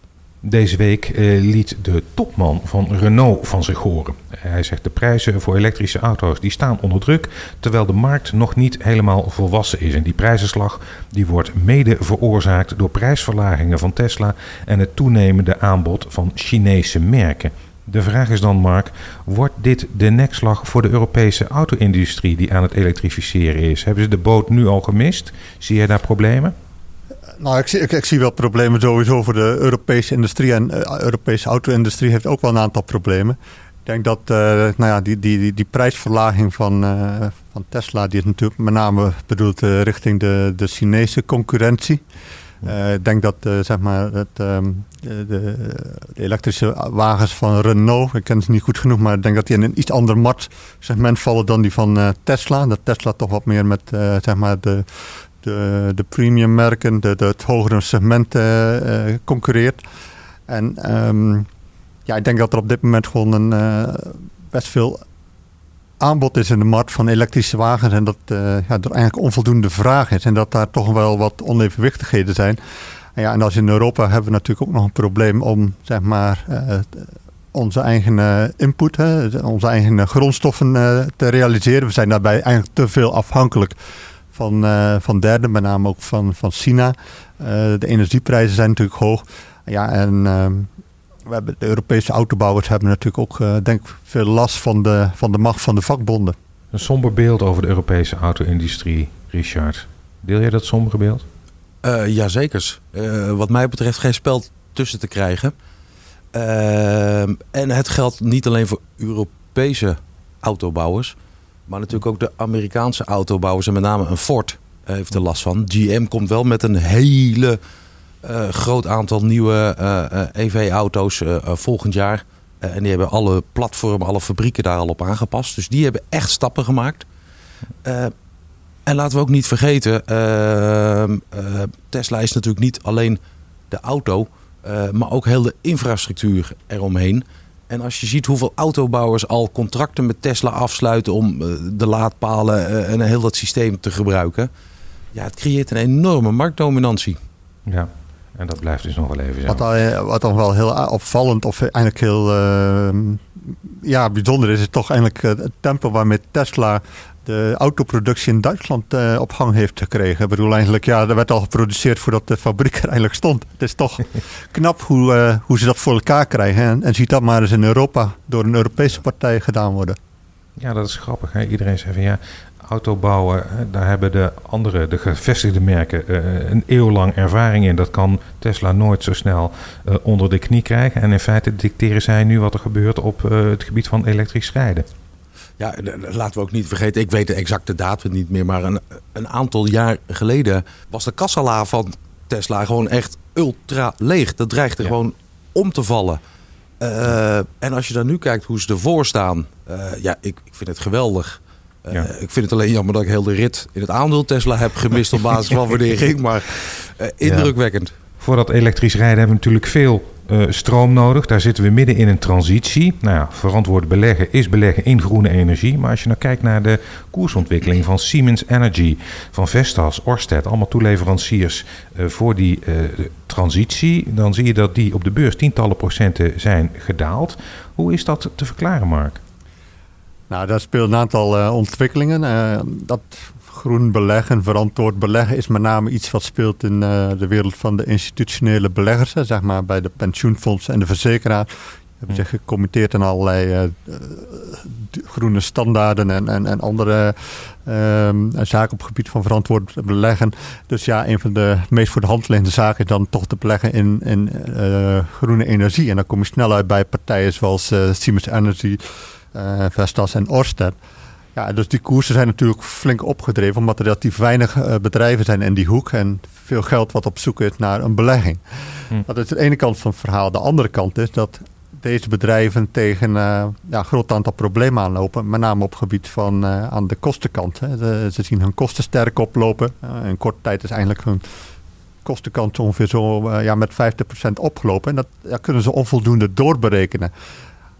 Deze week uh, liet de topman van Renault van zich horen. Hij zegt de prijzen voor elektrische auto's die staan onder druk, terwijl de markt nog niet helemaal volwassen is. En die prijzenslag die wordt mede veroorzaakt door prijsverlagingen van Tesla en het toenemende aanbod van Chinese merken. De vraag is dan, Mark, wordt dit de nekslag voor de Europese auto-industrie die aan het elektrificeren is? Hebben ze de boot nu al gemist? Zie je daar problemen?
Nou, ik zie, ik, ik zie wel problemen sowieso voor de Europese industrie. En de uh, Europese auto-industrie heeft ook wel een aantal problemen. Ik denk dat uh, nou ja, die, die, die, die prijsverlaging van, uh, van Tesla, die is natuurlijk met name bedoeld uh, richting de, de Chinese concurrentie. Uh, ik denk dat uh, zeg maar het, um, de, de elektrische wagens van Renault, ik ken ze niet goed genoeg, maar ik denk dat die in een iets ander marktsegment vallen dan die van uh, Tesla. Dat Tesla toch wat meer met uh, zeg maar de, de, de premium merken, de, de, het hogere segment uh, uh, concurreert. En um, ja, ik denk dat er op dit moment gewoon een, uh, best veel aanbod is in de markt van elektrische wagens en dat uh, ja, er eigenlijk onvoldoende vraag is en dat daar toch wel wat onevenwichtigheden zijn. En, ja, en als in Europa hebben we natuurlijk ook nog een probleem om zeg maar uh, onze eigen uh, input, hè, onze eigen grondstoffen uh, te realiseren. We zijn daarbij eigenlijk te veel afhankelijk van, uh, van derden, met name ook van, van China. Uh, de energieprijzen zijn natuurlijk hoog. Ja, en uh, we hebben, de Europese autobouwers hebben natuurlijk ook uh, denk ik veel last van de, van de macht van de vakbonden.
Een somber beeld over de Europese auto-industrie, Richard. Deel jij dat sombere beeld?
Uh, Jazeker. Uh, wat mij betreft geen spel tussen te krijgen. Uh, en het geldt niet alleen voor Europese autobouwers, maar natuurlijk ook de Amerikaanse autobouwers en met name een Ford heeft er last van. G M komt wel met een hele uh, groot aantal nieuwe uh, uh, E V-auto's uh, uh, volgend jaar. Uh, en die hebben alle platformen, alle fabrieken daar al op aangepast. Dus die hebben echt stappen gemaakt. Uh, en laten we ook niet vergeten, uh, uh, Tesla is natuurlijk niet alleen de auto, uh, maar ook heel de infrastructuur eromheen. En als je ziet hoeveel autobouwers al contracten met Tesla afsluiten om uh, de laadpalen uh, en heel dat systeem te gebruiken. Ja, het creëert een enorme marktdominantie.
Ja, en dat blijft dus nog wel even zo.
Wat, al, wat dan wel heel opvallend of eigenlijk heel uh, ja, bijzonder is, is toch eigenlijk uh, het tempo waarmee Tesla de autoproductie in Duitsland uh, op gang heeft gekregen. Ik bedoel eigenlijk, ja, er werd al geproduceerd voordat de fabriek er eigenlijk stond. Het is toch knap hoe, uh, hoe ze dat voor elkaar krijgen. En, en ziet dat maar eens in Europa door een Europese partij gedaan worden.
Ja, dat is grappig. Hè? Iedereen zegt van ja, autobouwen, daar hebben de andere, de gevestigde merken, uh, een eeuw lang ervaring in. Dat kan Tesla nooit zo snel uh, onder de knie krijgen. En in feite dicteren zij nu wat er gebeurt op uh, het gebied van elektrisch rijden.
Ja, laten we ook niet vergeten, ik weet de exacte datum niet meer, maar een, een aantal jaar geleden was de kassala van Tesla gewoon echt ultra leeg. Dat dreigde ja. gewoon om te vallen. Uh, en als je dan nu kijkt hoe ze ervoor staan, uh, ja, ik, ik vind het geweldig. Uh, ja. Ik vind het alleen jammer dat ik heel de rit in het aandeel Tesla heb gemist op basis van waardering, maar uh, indrukwekkend.
Ja. Voor dat elektrisch rijden hebben we natuurlijk veel uh, stroom nodig. Daar zitten we midden in een transitie. Nou ja, verantwoord beleggen is beleggen in groene energie. Maar als je nou kijkt naar de koersontwikkeling van Siemens Energy, van Vestas, Ørsted, allemaal toeleveranciers uh, voor die uh, transitie, dan zie je dat die op de beurs tientallen procenten zijn gedaald. Hoe is dat te verklaren, Mark?
Nou, daar speelt een aantal uh, ontwikkelingen. Uh, dat groen beleggen, verantwoord beleggen is met name iets wat speelt in uh, de wereld van de institutionele beleggers. Hè, zeg maar bij de pensioenfondsen en de verzekeraars. Die hebben zich gecommitteerd aan allerlei uh, groene standaarden en, en, en andere uh, zaken op het gebied van verantwoord beleggen. Dus ja, een van de meest voor de hand liggende zaken is dan toch te beleggen in, in uh, groene energie. En dan kom je snel uit bij partijen zoals uh, Siemens Energy, uh, Vestas en Ørsted. Ja, dus die koersen zijn natuurlijk flink opgedreven, omdat er relatief weinig uh, bedrijven zijn in die hoek en veel geld wat op zoek is naar een belegging. Hm. Dat is de ene kant van het verhaal. De andere kant is dat deze bedrijven tegen uh, ja, een groot aantal problemen aanlopen, met name op het gebied van uh, aan de kostenkant. Hè. De, ze zien hun kosten sterk oplopen. Uh, in korte tijd is eigenlijk hun kostenkant ongeveer zo uh, ja, met vijftig procent opgelopen. En dat ja, kunnen ze onvoldoende doorberekenen.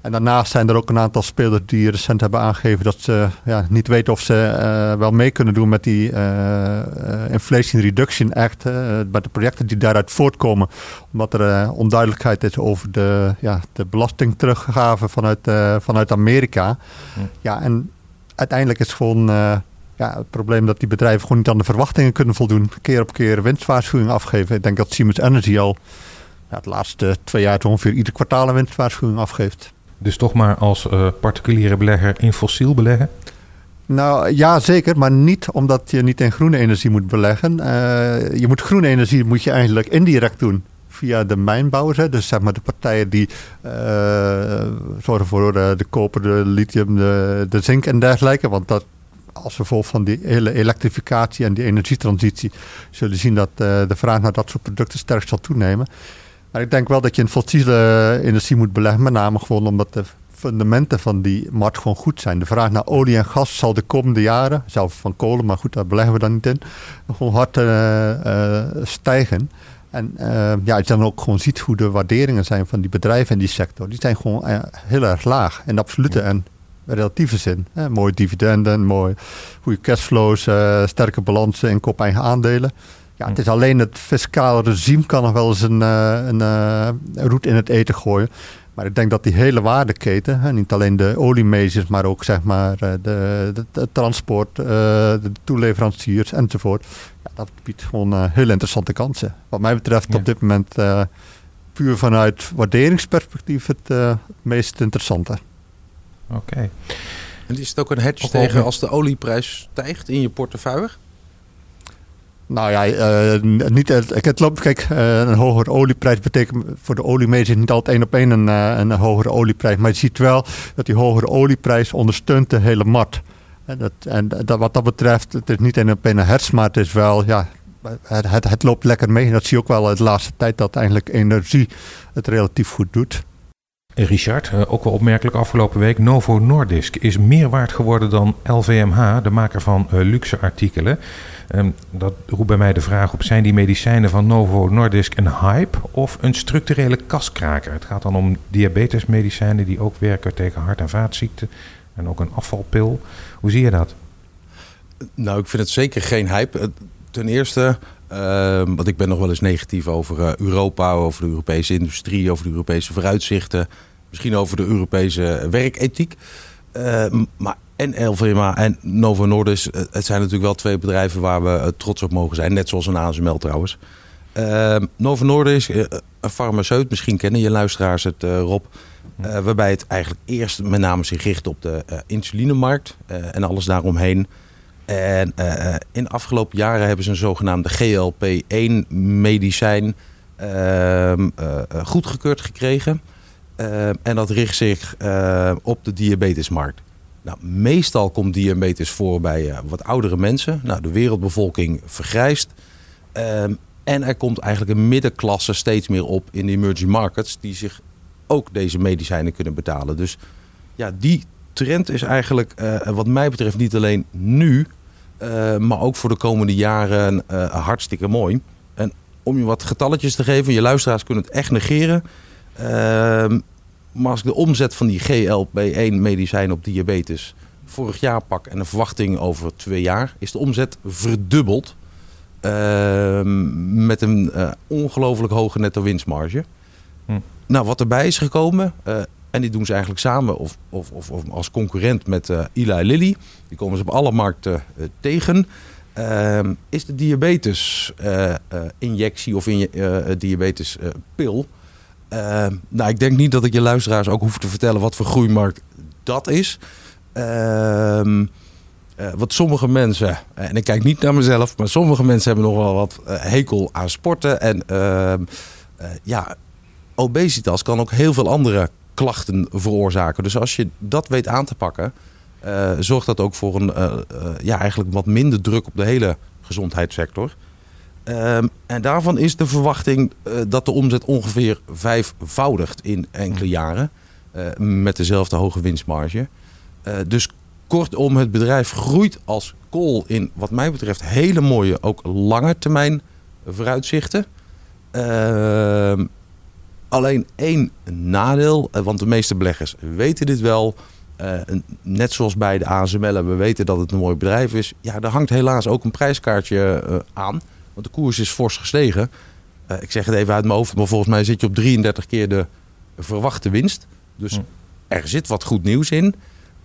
En daarnaast zijn er ook een aantal spelers die recent hebben aangegeven dat ze ja, niet weten of ze uh, wel mee kunnen doen met die uh, uh, Inflation Reduction Act. Uh, met de projecten die daaruit voortkomen. Omdat er uh, onduidelijkheid is over de, ja, de belastingteruggave vanuit, uh, vanuit Amerika. Hm. Ja, en uiteindelijk is gewoon uh, ja, het probleem dat die bedrijven gewoon niet aan de verwachtingen kunnen voldoen. Keer op keer winstwaarschuwing afgeven. Ik denk dat Siemens Energy al ja, de laatste twee jaar ongeveer ieder kwartaal een winstwaarschuwing afgeeft.
Dus toch maar als uh, particuliere belegger in fossiel beleggen?
Nou ja, zeker. Maar niet omdat je niet in groene energie moet beleggen. Uh, je moet groene energie moet je eigenlijk indirect doen. Via de mijnbouwers. Hè. Dus zeg maar de partijen die uh, zorgen voor uh, de koper, de lithium, de, de zink en dergelijke. Want dat, als gevolg van die hele elektrificatie en die energietransitie zullen zien dat uh, de vraag naar dat soort producten sterk zal toenemen. Maar ik denk wel dat je in fossiele energie moet beleggen. Met name gewoon omdat de fundamenten van die markt gewoon goed zijn. De vraag naar olie en gas zal de komende jaren, zelfs van kolen, maar goed, daar beleggen we dan niet in, gewoon hard uh, uh, stijgen. En uh, ja, je dan ook gewoon ziet hoe de waarderingen zijn van die bedrijven in die sector. Die zijn gewoon uh, heel erg laag in de absolute en relatieve zin. Hè. Mooie dividenden, mooie goede cashflows, uh, sterke balansen in kop-eigen aandelen. Ja, het is alleen het fiscale regime kan nog wel eens een, uh, een uh, roet in het eten gooien. Maar ik denk dat die hele waardeketen, hè, niet alleen de oliemajors, maar ook zeg maar uh, de, de, de transport, uh, de toeleveranciers enzovoort. Ja, dat biedt gewoon uh, heel interessante kansen. Wat mij betreft ja. op dit moment uh, puur vanuit waarderingsperspectief het, uh, het meest interessante.
Oké. Okay.
En is het ook een hedge tegen als de olieprijs stijgt in je portefeuille?
Nou ja, uh, niet, het loopt, kijk, uh, een hogere olieprijs betekent voor de oliemajors niet altijd één op één een, uh, een hogere olieprijs. Maar je ziet wel dat die hogere olieprijs ondersteunt de hele markt. En, dat, en dat, wat dat betreft, het is niet één op één een hertz, maar het is wel, ja, het, het, het loopt lekker mee. En dat zie je ook wel de laatste tijd dat eigenlijk energie het relatief goed doet.
Richard, ook wel opmerkelijk afgelopen week, Novo Nordisk is meer waard geworden dan L V M H, de maker van uh, luxe artikelen. Um, dat roept bij mij de vraag op, zijn die medicijnen van Novo Nordisk een hype of een structurele kaskraker? Het gaat dan om diabetesmedicijnen die ook werken tegen hart- en vaatziekten en ook een afvalpil. Hoe zie je dat?
Nou, ik vind het zeker geen hype. Ten eerste, uh, want ik ben nog wel eens negatief over uh, Europa, over de Europese industrie, over de Europese vooruitzichten, misschien over de Europese werkethiek. Uh, maar en L V M H en Novo Nordisk, uh, het zijn natuurlijk wel twee bedrijven waar we uh, trots op mogen zijn, net zoals een A S M L trouwens. Uh, Novo Nordisk, uh, een farmaceut, misschien kennen je luisteraars het, uh, Rob, uh, waarbij het eigenlijk eerst met name zich richt op de uh, insulinemarkt uh, en alles daaromheen. En uh, in de afgelopen jaren hebben ze een zogenaamde G L P één medicijn uh, uh, goedgekeurd gekregen. Uh, en dat richt zich uh, op de diabetesmarkt. Nou, meestal komt diabetes voor bij uh, wat oudere mensen. Nou, de wereldbevolking vergrijst. Uh, en er komt eigenlijk een middenklasse steeds meer op in de emerging markets die zich ook deze medicijnen kunnen betalen. Dus ja, die trend is eigenlijk uh, wat mij betreft niet alleen nu, uh, maar ook voor de komende jaren uh, hartstikke mooi. En om je wat getalletjes te geven, je luisteraars kunnen het echt negeren. Uh, maar als ik de omzet van die G L P één medicijn op diabetes vorig jaar pak en de verwachting over twee jaar, is de omzet verdubbeld. Uh, met een uh, ongelooflijk hoge netto winstmarge. Hm. Nou, wat erbij is gekomen, uh, en die doen ze eigenlijk samen of, of, of, of als concurrent met uh, Eli Lilly. Die komen ze op alle markten uh, tegen. Uh, is de diabetes uh, uh, injectie of in, uh, diabetes uh, pil. Uh, nou, ik denk niet dat ik je luisteraars ook hoef te vertellen wat voor groeimarkt dat is. Uh, uh, wat sommige mensen, en ik kijk niet naar mezelf, maar sommige mensen hebben nog wel wat uh, hekel aan sporten. En uh, uh, ja, obesitas kan ook heel veel andere klachten veroorzaken. Dus als je dat weet aan te pakken, uh, zorgt dat ook voor een uh, uh, ja, eigenlijk wat minder druk op de hele gezondheidssector. Um, en daarvan is de verwachting uh, dat de omzet ongeveer vijfvoudigt in enkele jaren. Uh, met dezelfde hoge winstmarge. Uh, dus kortom, het bedrijf groeit als kool in wat mij betreft hele mooie, ook lange termijn vooruitzichten. Uh, Alleen één nadeel, want de meeste beleggers weten dit wel. Uh, net zoals bij de A S M L, we weten dat het een mooi bedrijf is. Ja, daar hangt helaas ook een prijskaartje uh, aan. Want de koers is fors gestegen. Uh, ik zeg het even uit mijn hoofd, maar volgens mij zit je op drieëndertig keer de verwachte winst. Dus hm. er zit wat goed nieuws in,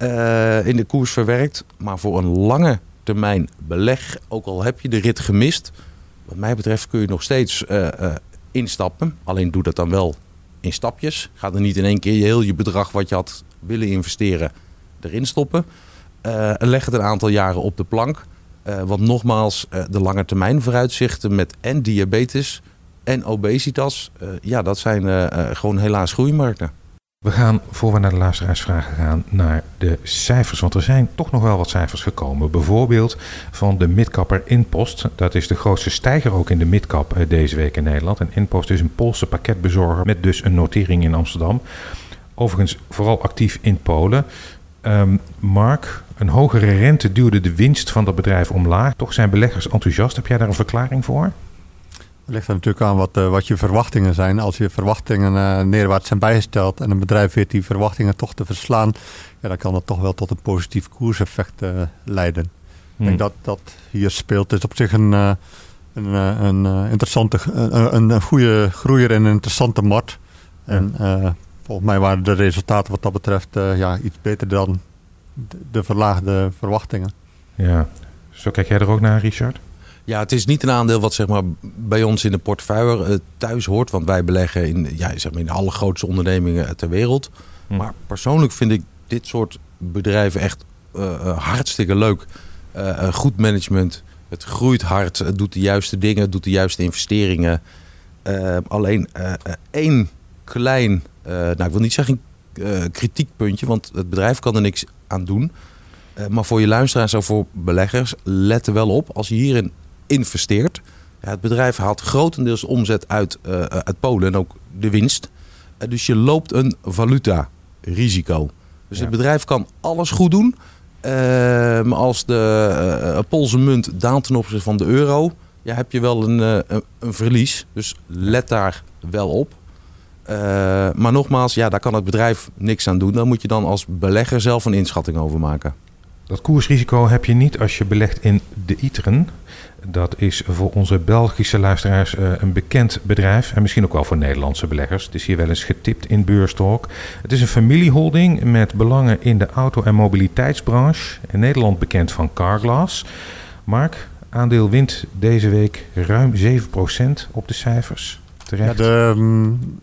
uh, in de koers verwerkt. Maar voor een lange termijn beleg, ook al heb je de rit gemist, wat mij betreft kun je nog steeds uh, uh, instappen. Alleen doe dat dan wel in stapjes. Ga er niet in één keer je heel je bedrag wat je had willen investeren erin stoppen. Uh, en leg het een aantal jaren op de plank. Uh, want nogmaals, uh, de lange termijn vooruitzichten met en diabetes en obesitas, uh, ja, dat zijn uh, uh, gewoon helaas groeimarkten.
We gaan, voor we naar de luisteraarsvragen gaan, naar de cijfers. Want er zijn toch nog wel wat cijfers gekomen. Bijvoorbeeld van de midcapper InPost. Dat is de grootste stijger ook in de midcap deze week in Nederland. En InPost is een Poolse pakketbezorger met dus een notering in Amsterdam. Overigens vooral actief in Polen. Um, Mark, een hogere rente duwde de winst van dat bedrijf omlaag. Toch zijn beleggers enthousiast. Heb jij daar een verklaring voor?
Het ligt er natuurlijk aan wat, uh, wat je verwachtingen zijn. Als je verwachtingen uh, neerwaarts zijn bijgesteld en een bedrijf weet die verwachtingen toch te verslaan, ja, dan kan dat toch wel tot een positief koerseffect uh, leiden. Hmm. Ik denk dat dat hier speelt. Het is op zich een, uh, een, uh, een uh, interessante, uh, een, een goede groeier en een interessante markt. En uh, volgens mij waren de resultaten wat dat betreft uh, ja, iets beter dan de, de verlaagde verwachtingen.
Ja, zo kijk jij er ook naar, Richard?
Ja, het is niet een aandeel wat zeg maar, bij ons in de portefeuille uh, thuis hoort. Want wij beleggen in, ja, zeg maar in de allergrootste ondernemingen ter wereld. Hm. Maar persoonlijk vind ik dit soort bedrijven echt uh, uh, hartstikke leuk. Uh, uh, goed management, het groeit hard, het doet de juiste dingen, het doet de juiste investeringen. Uh, alleen uh, uh, één klein, uh, nou ik wil niet zeggen uh, kritiekpuntje, want het bedrijf kan er niks aan doen. Uh, maar voor je luisteraars of voor beleggers, let er wel op. Als je hierin investeert. Ja, het bedrijf haalt grotendeels omzet uit, uh, uit Polen en ook de winst. Uh, dus je loopt een valuta-risico. Dus ja. Het bedrijf kan alles goed doen. Uh, maar als de uh, Poolse munt daalt ten opzichte van de euro, ja, heb je wel een, uh, een, een verlies. Dus let daar wel op. Uh, maar nogmaals, ja, daar kan het bedrijf niks aan doen. Daar moet je dan als belegger zelf een inschatting over maken.
Dat koersrisico heb je niet als je belegt in de Iteren. Dat is voor onze Belgische luisteraars uh, een bekend bedrijf. En misschien ook wel voor Nederlandse beleggers. Het is hier wel eens getipt in Beurstalk. Het is een familieholding met belangen in de auto- en mobiliteitsbranche. In Nederland bekend van Carglass. Mark, aandeel wint deze week ruim zeven procent op de cijfers. Terecht. Ja,
de, um...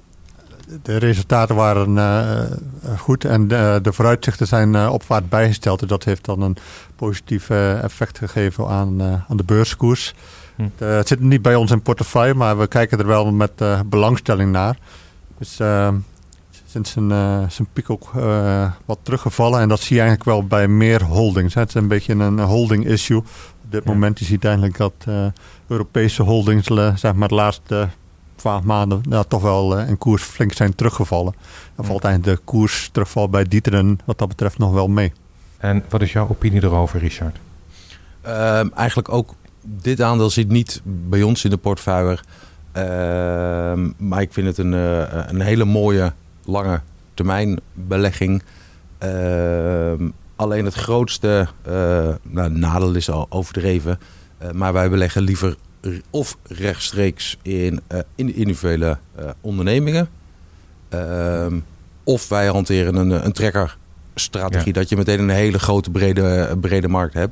De resultaten waren uh, goed en de, de vooruitzichten zijn uh, opwaarts bijgesteld. Dus dat heeft dan een positief uh, effect gegeven aan, uh, aan de beurskoers. Hm. Uh, het zit niet bij ons in portefeuille, maar we kijken er wel met uh, belangstelling naar. Dus uh, sinds zijn, uh, zijn piek ook uh, wat teruggevallen. En dat zie je eigenlijk wel bij meer holdings. Hè. Het is een beetje een holding issue. Op dit ja. moment je ziet eigenlijk dat uh, Europese holdings, uh, zeg maar de laatste twaalf maanden nou, toch wel uh, in koers flink zijn teruggevallen. Dan valt eigenlijk de koersterugval bij D'Ieteren wat dat betreft nog wel mee.
En wat is jouw opinie erover, Richard?
Uh, eigenlijk ook, dit aandeel zit niet bij ons in de portefeuille. Uh, maar ik vind het een, uh, een hele mooie, lange termijn belegging. Uh, alleen het grootste uh, nou, nadeel is al overdreven. Uh, maar wij beleggen liever of rechtstreeks in, uh, in individuele uh, ondernemingen. Uh, of wij hanteren een, een trekkerstrategie. Ja. Dat je meteen een hele grote brede, brede markt hebt.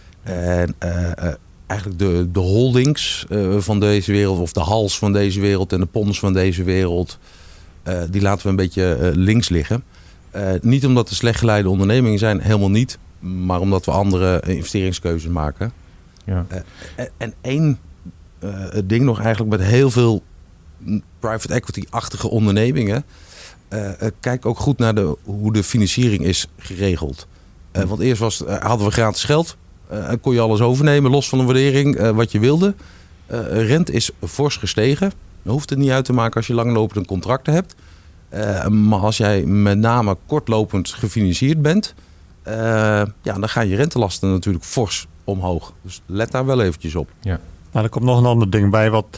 En uh, uh, eigenlijk de, de holdings uh, van deze wereld, of de hals van deze wereld en de pons van deze wereld, uh, die laten we een beetje uh, links liggen. Uh, niet omdat het slecht geleide ondernemingen zijn, helemaal niet. Maar omdat we andere investeringskeuzes maken. Ja. Uh, en één uh, ding nog eigenlijk met heel veel private equity-achtige ondernemingen. Uh, uh, kijk ook goed naar de, hoe de financiering is geregeld. Uh, want eerst was, uh, hadden we gratis geld. Uh, en kon je alles overnemen, los van een waardering, uh, wat je wilde. Uh, rente is fors gestegen. Dan hoeft het niet uit te maken als je langlopende contracten hebt. Uh, maar als jij met name kortlopend gefinancierd bent, uh, ja, dan gaan je rentelasten natuurlijk fors omhoog. Dus let daar wel eventjes op.
Ja. Nou, er komt nog een ander ding bij wat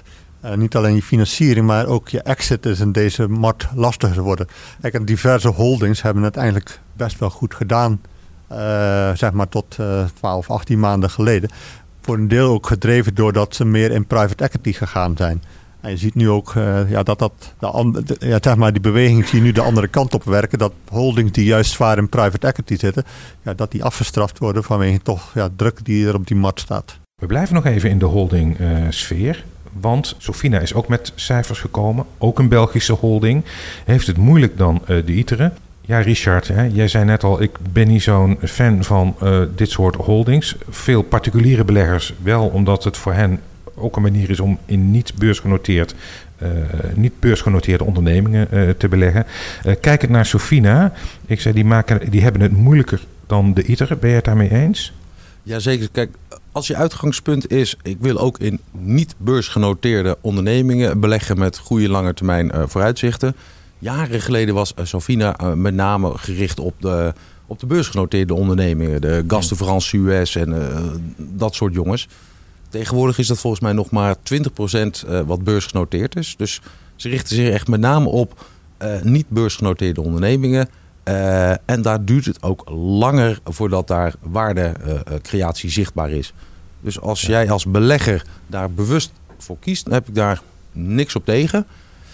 Uh, niet alleen je financiering, maar ook je exit is in deze markt lastiger geworden. Kijk, en diverse holdings hebben het eigenlijk best wel goed gedaan. Uh, zeg maar tot uh, twaalf, achttien maanden geleden. Voor een deel ook gedreven doordat ze meer in private equity gegaan zijn. En je ziet nu ook uh, ja, dat, dat de and- de, ja, zeg maar die beweging zie je nu de andere kant op werken. Dat holdings die juist zwaar in private equity zitten, ja, dat die afgestraft worden vanwege toch ja, druk die er op die markt staat.
We blijven nog even in de holding uh, sfeer. Want Sofina is ook met cijfers gekomen. Ook een Belgische holding. Heeft het moeilijk dan uh, de ITERE? Ja, Richard, hè, jij zei net al, ik ben niet zo'n fan van uh, dit soort holdings. Veel particuliere beleggers wel, omdat het voor hen ook een manier is om in niet beursgenoteerd, uh, niet beursgenoteerde ondernemingen uh, te beleggen. Uh, kijkend naar Sofina, ik zei, die, maken, die hebben het moeilijker dan de ITERE. Ben je het daarmee eens?
Jazeker. Kijk, als je uitgangspunt is, ik wil ook in niet beursgenoteerde ondernemingen beleggen met goede lange termijn uh, vooruitzichten. Jaren geleden was uh, Sofina uh, met name gericht op de, op de beursgenoteerde ondernemingen. De Gas de France U S en uh, dat soort jongens. Tegenwoordig is dat volgens mij nog maar twintig procent uh, wat beursgenoteerd is. Dus ze richten zich echt met name op uh, niet beursgenoteerde ondernemingen. Uh, en daar duurt het ook langer voordat daar waardecreatie uh, zichtbaar is. Dus als ja. jij als belegger daar bewust voor kiest, dan heb ik daar niks op tegen.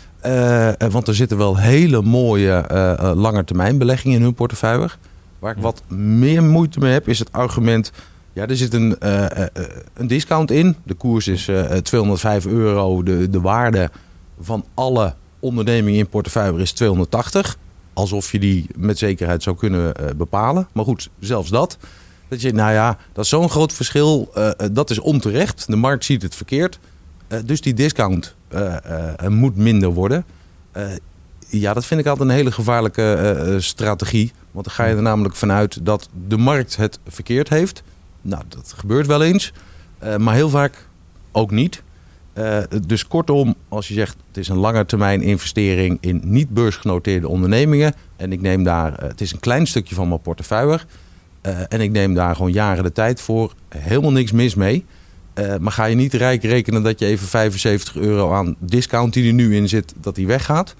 Uh, want er zitten wel hele mooie uh, langetermijnbeleggingen in hun portefeuille. Waar ik wat meer moeite mee heb, is het argument, ja, er zit een, uh, uh, een discount in. De koers is uh, tweehonderdvijf euro. De, de waarde van alle ondernemingen in portefeuille is tweehonderdtachtig. Alsof je die met zekerheid zou kunnen uh, bepalen. Maar goed, zelfs dat. Dat je, nou ja, dat is zo'n groot verschil. Uh, dat is onterecht. De markt ziet het verkeerd. Uh, dus die discount uh, uh, moet minder worden. Uh, ja, dat vind ik altijd een hele gevaarlijke uh, strategie. Want dan ga je er namelijk vanuit dat de markt het verkeerd heeft. Nou, dat gebeurt wel eens. Uh, maar heel vaak ook niet. Uh, dus kortom, als je zegt het is een lange termijn investering in niet beursgenoteerde ondernemingen. En ik neem daar, uh, het is een klein stukje van mijn portefeuille. Uh, en ik neem daar gewoon jaren de tijd voor. Helemaal niks mis mee. Uh, maar ga je niet rijk rekenen dat je even vijfenzeventig euro aan discount die er nu in zit, dat die weggaat.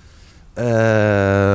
Uh,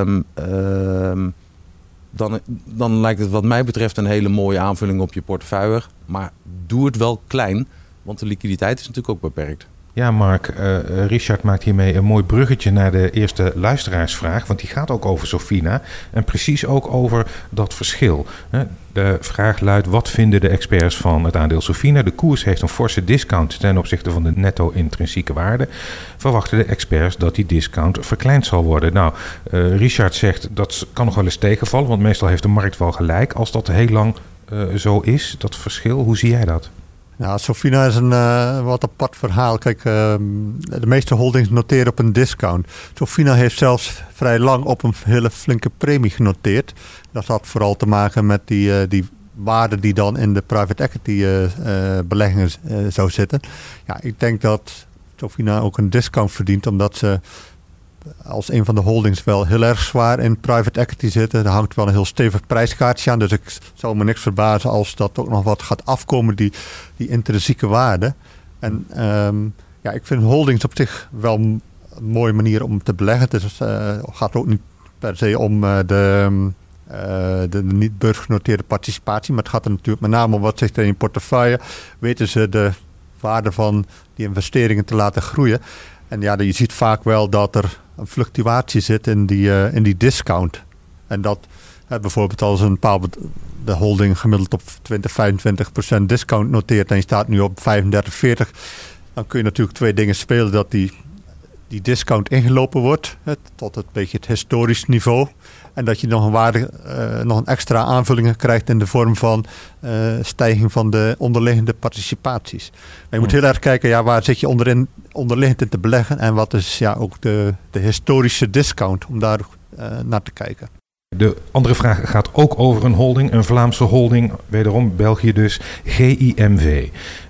uh, dan, dan lijkt het wat mij betreft een hele mooie aanvulling op je portefeuille. Maar doe het wel klein, want de liquiditeit is natuurlijk ook beperkt.
Ja, Mark, uh, Richard maakt hiermee een mooi bruggetje naar de eerste luisteraarsvraag. Want die gaat ook over Sofina en precies ook over dat verschil. De vraag luidt, wat vinden de experts van het aandeel Sofina? De koers heeft een forse discount ten opzichte van de netto-intrinsieke waarde. Verwachten de experts dat die discount verkleind zal worden? Nou, uh, Richard zegt dat kan nog wel eens tegenvallen, want meestal heeft de markt wel gelijk. Als dat heel lang uh, zo is, dat verschil, hoe zie jij dat?
Ja, Sofina is een uh, wat apart verhaal. Kijk, uh, de meeste holdings noteren op een discount. Sofina heeft zelfs vrij lang op een hele flinke premie genoteerd. Dat had vooral te maken met die, uh, die waarde die dan in de private equity uh, uh, beleggingen uh, zou zitten. Ja, ik denk dat Sofina ook een discount verdient, omdat ze als een van de holdings wel heel erg zwaar in private equity zitten. Er hangt wel een heel stevig prijskaartje aan. Dus ik zou me niks verbazen als dat ook nog wat gaat afkomen, die, die intrinsieke waarde. En um, ja, ik vind holdings op zich wel een mooie manier om te beleggen. Het is, uh, gaat ook niet per se om uh, de, uh, de niet beursgenoteerde participatie. Maar het gaat er natuurlijk met name om wat zit er in je portefeuille. Weten ze de waarde van die investeringen te laten groeien. En ja, je ziet vaak wel dat er een fluctuatie zit in die, uh, in die discount. En dat uh, bijvoorbeeld als een bepaalde de holding gemiddeld op twintig, vijfentwintig procent discount noteert en je staat nu op vijfendertig, veertig, dan kun je natuurlijk twee dingen spelen. Dat die, die discount ingelopen wordt het, tot het beetje het historisch niveau. En dat je nog een, waarde, uh, nog een extra aanvulling krijgt in de vorm van uh, stijging van de onderliggende participaties. Maar je moet heel erg kijken, ja, waar zit je onderin, onderliggend in te beleggen en wat is ja, ook de, de historische discount om daar uh, naar te kijken.
De andere vraag gaat ook over een holding, een Vlaamse holding, wederom België dus, G I M V.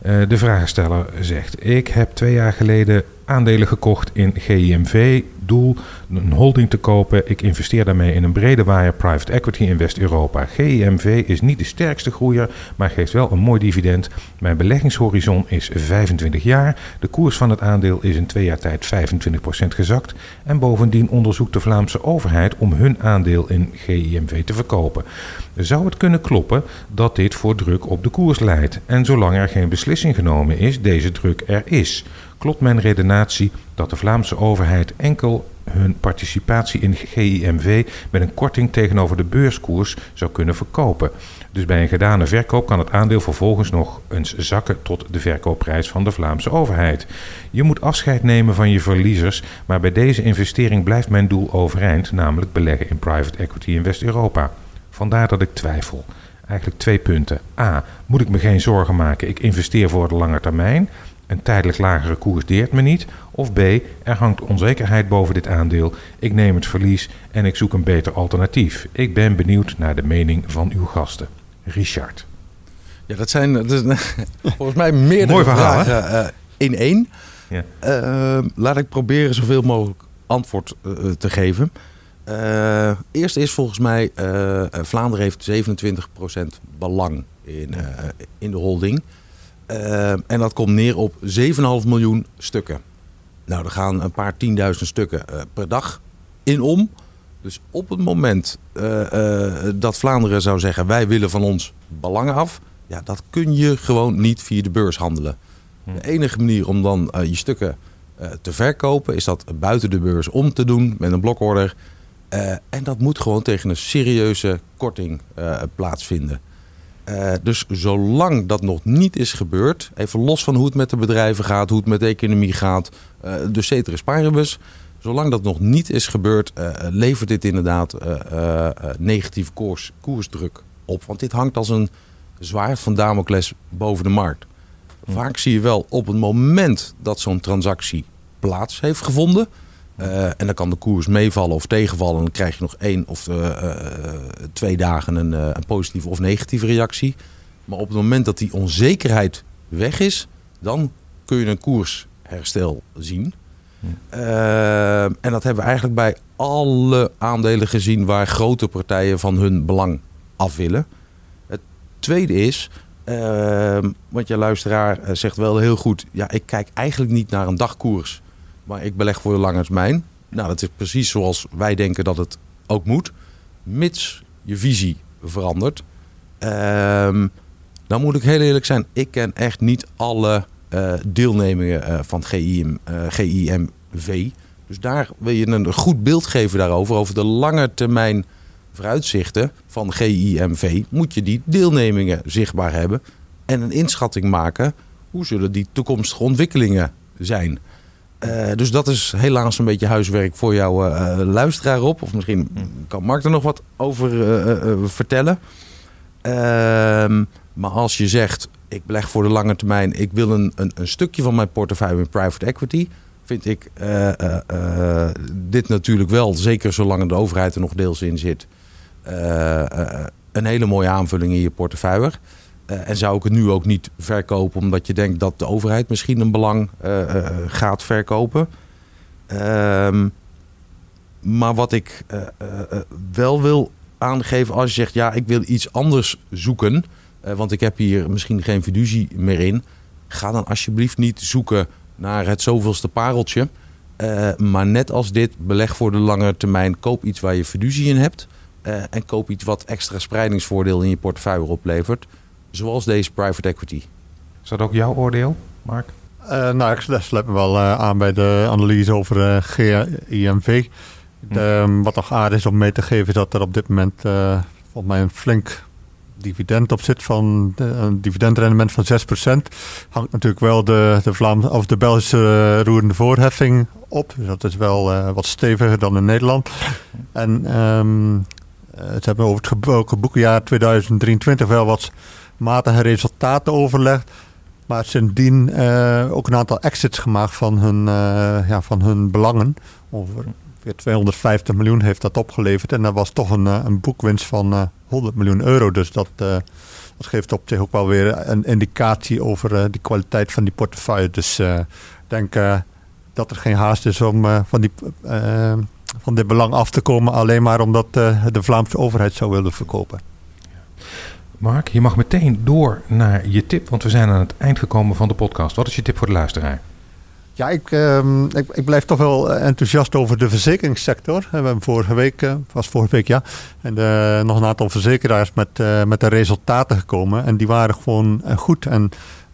Uh, de vraagsteller zegt: ik heb twee jaar geleden aandelen gekocht in G I M V. Doel een holding te kopen. Ik investeer daarmee in een brede waaier private equity in West-Europa. G I M V is niet de sterkste groeier, maar geeft wel een mooi dividend. Mijn beleggingshorizon is vijfentwintig jaar. De koers van het aandeel is in twee jaar tijd vijfentwintig procent gezakt. En bovendien onderzoekt de Vlaamse overheid om hun aandeel in G I M V te verkopen. Zou het kunnen kloppen dat dit voor druk op de koers leidt? En zolang er geen beslissing genomen is, deze druk er is. Klopt mijn redenatie dat de Vlaamse overheid enkel hun participatie in G I M V met een korting tegenover de beurskoers zou kunnen verkopen? Dus bij een gedane verkoop kan het aandeel vervolgens nog eens zakken tot de verkoopprijs van de Vlaamse overheid. Je moet afscheid nemen van je verliezers, maar bij deze investering blijft mijn doel overeind, namelijk beleggen in private equity in West-Europa. Vandaar dat ik twijfel. Eigenlijk twee punten. A. Moet ik me geen zorgen maken? Ik investeer voor de lange termijn. Een tijdelijk lagere koers deert me niet. Of B. Er hangt onzekerheid boven dit aandeel. Ik neem het verlies en ik zoek een beter alternatief. Ik ben benieuwd naar de mening van uw gasten. Richard.
Ja, dat zijn dat is, volgens mij meerdere
Mooi verhaal,
vragen uh, in één.
Ja.
Uh, laat ik proberen zoveel mogelijk antwoord uh, te geven. Uh, eerst is volgens mij, uh, Vlaanderen heeft zevenentwintig procent belang in, uh, in de holding. Uh, en dat komt neer op zeven komma vijf miljoen stukken. Nou, er gaan een paar tienduizend stukken uh, per dag in om. Dus op het moment uh, uh, dat Vlaanderen zou zeggen, wij willen van ons belangen af. Ja, dat kun je gewoon niet via de beurs handelen. De enige manier om dan uh, je stukken uh, te verkopen is dat buiten de beurs om te doen met een blokorder. Uh, en dat moet gewoon tegen een serieuze korting uh, plaatsvinden. Uh, dus zolang dat nog niet is gebeurd, even los van hoe het met de bedrijven gaat, hoe het met de economie gaat, uh, de ceteris paribus. Zolang dat nog niet is gebeurd, uh, levert dit inderdaad uh, uh, negatieve koers, koersdruk op. Want dit hangt als een zwaard van Damocles boven de markt. Vaak zie je wel op het moment dat zo'n transactie plaats heeft gevonden. Uh, en dan kan de koers meevallen of tegenvallen. En dan krijg je nog één of uh, uh, twee dagen een, uh, een positieve of negatieve reactie. Maar op het moment dat die onzekerheid weg is, dan kun je een koersherstel zien. Uh, en dat hebben we eigenlijk bij alle aandelen gezien waar grote partijen van hun belang af willen. Het tweede is, uh, want je luisteraar zegt wel heel goed, ja, ik kijk eigenlijk niet naar een dagkoers, maar ik beleg voor de lange termijn. Nou, dat is precies zoals wij denken dat het ook moet, mits je visie verandert. Uh, dan moet ik heel eerlijk zijn, ik ken echt niet alle uh, deelnemingen uh, van G I M, uh, G I M V. Dus daar wil je een goed beeld geven daarover, over de lange termijn vooruitzichten van G I M V. Moet je die deelnemingen zichtbaar hebben en een inschatting maken, hoe zullen die toekomstige ontwikkelingen zijn. Uh, dus dat is helaas een beetje huiswerk voor jouw uh, luisteraar op. Of misschien kan Mark er nog wat over uh, uh, vertellen. Uh, maar als je zegt, ik beleg voor de lange termijn, ik wil een, een, een stukje van mijn portefeuille in private equity, vind ik uh, uh, uh, dit natuurlijk wel, zeker zolang de overheid er nog deels in zit, uh, uh, een hele mooie aanvulling in je portefeuille. Uh, en zou ik het nu ook niet verkopen omdat je denkt dat de overheid misschien een belang uh, uh, gaat verkopen. Uh, maar wat ik uh, uh, wel wil aangeven, als je zegt, ja, ik wil iets anders zoeken, uh, want ik heb hier misschien geen fiducie meer in, ga dan alsjeblieft niet zoeken naar het zoveelste pareltje. Uh, maar net als dit, beleg voor de lange termijn, koop iets waar je fiducie in hebt. Uh, en koop iets wat extra spreidingsvoordeel in je portefeuille oplevert. Zoals deze private equity.
Is dat ook jouw oordeel, Mark?
Uh, nou, ik sluit me wel uh, aan bij de analyse over uh, G I M V. Hm. De, wat nog aardig is om mee te geven, is dat er op dit moment uh, volgens mij een flink dividend op zit van de, een dividendrendement van zes procent. Hangt natuurlijk wel de, de, Vlaam, of de Belgische uh, roerende voorheffing op. Dus dat is wel uh, wat steviger dan in Nederland. En um, uh, ze hebben over het gebroken boekjaar tweeduizend drieëntwintig wel wat matige resultaten overlegd. Maar sindsdien uh, ook een aantal exits gemaakt van hun, uh, ja, van hun belangen. Over tweehonderdvijftig miljoen heeft dat opgeleverd. En dat was toch een, een boekwinst van uh, honderd miljoen euro. Dus dat, uh, dat geeft op zich ook wel weer een indicatie over uh, de kwaliteit van die portefeuille. Dus uh, ik denk uh, dat er geen haast is om uh, van, die, uh, van dit belang af te komen, alleen maar omdat uh, de Vlaamse overheid zou willen verkopen.
Mark, je mag meteen door naar je tip, want we zijn aan het eind gekomen van de podcast. Wat is je tip voor de luisteraar?
Ja, ik, uh, ik, ik blijf toch wel enthousiast over de verzekeringsector. We hebben vorige week, uh, was vorige week ja, en uh, nog een aantal verzekeraars met, uh, met de resultaten gekomen. En die waren gewoon uh, goed. En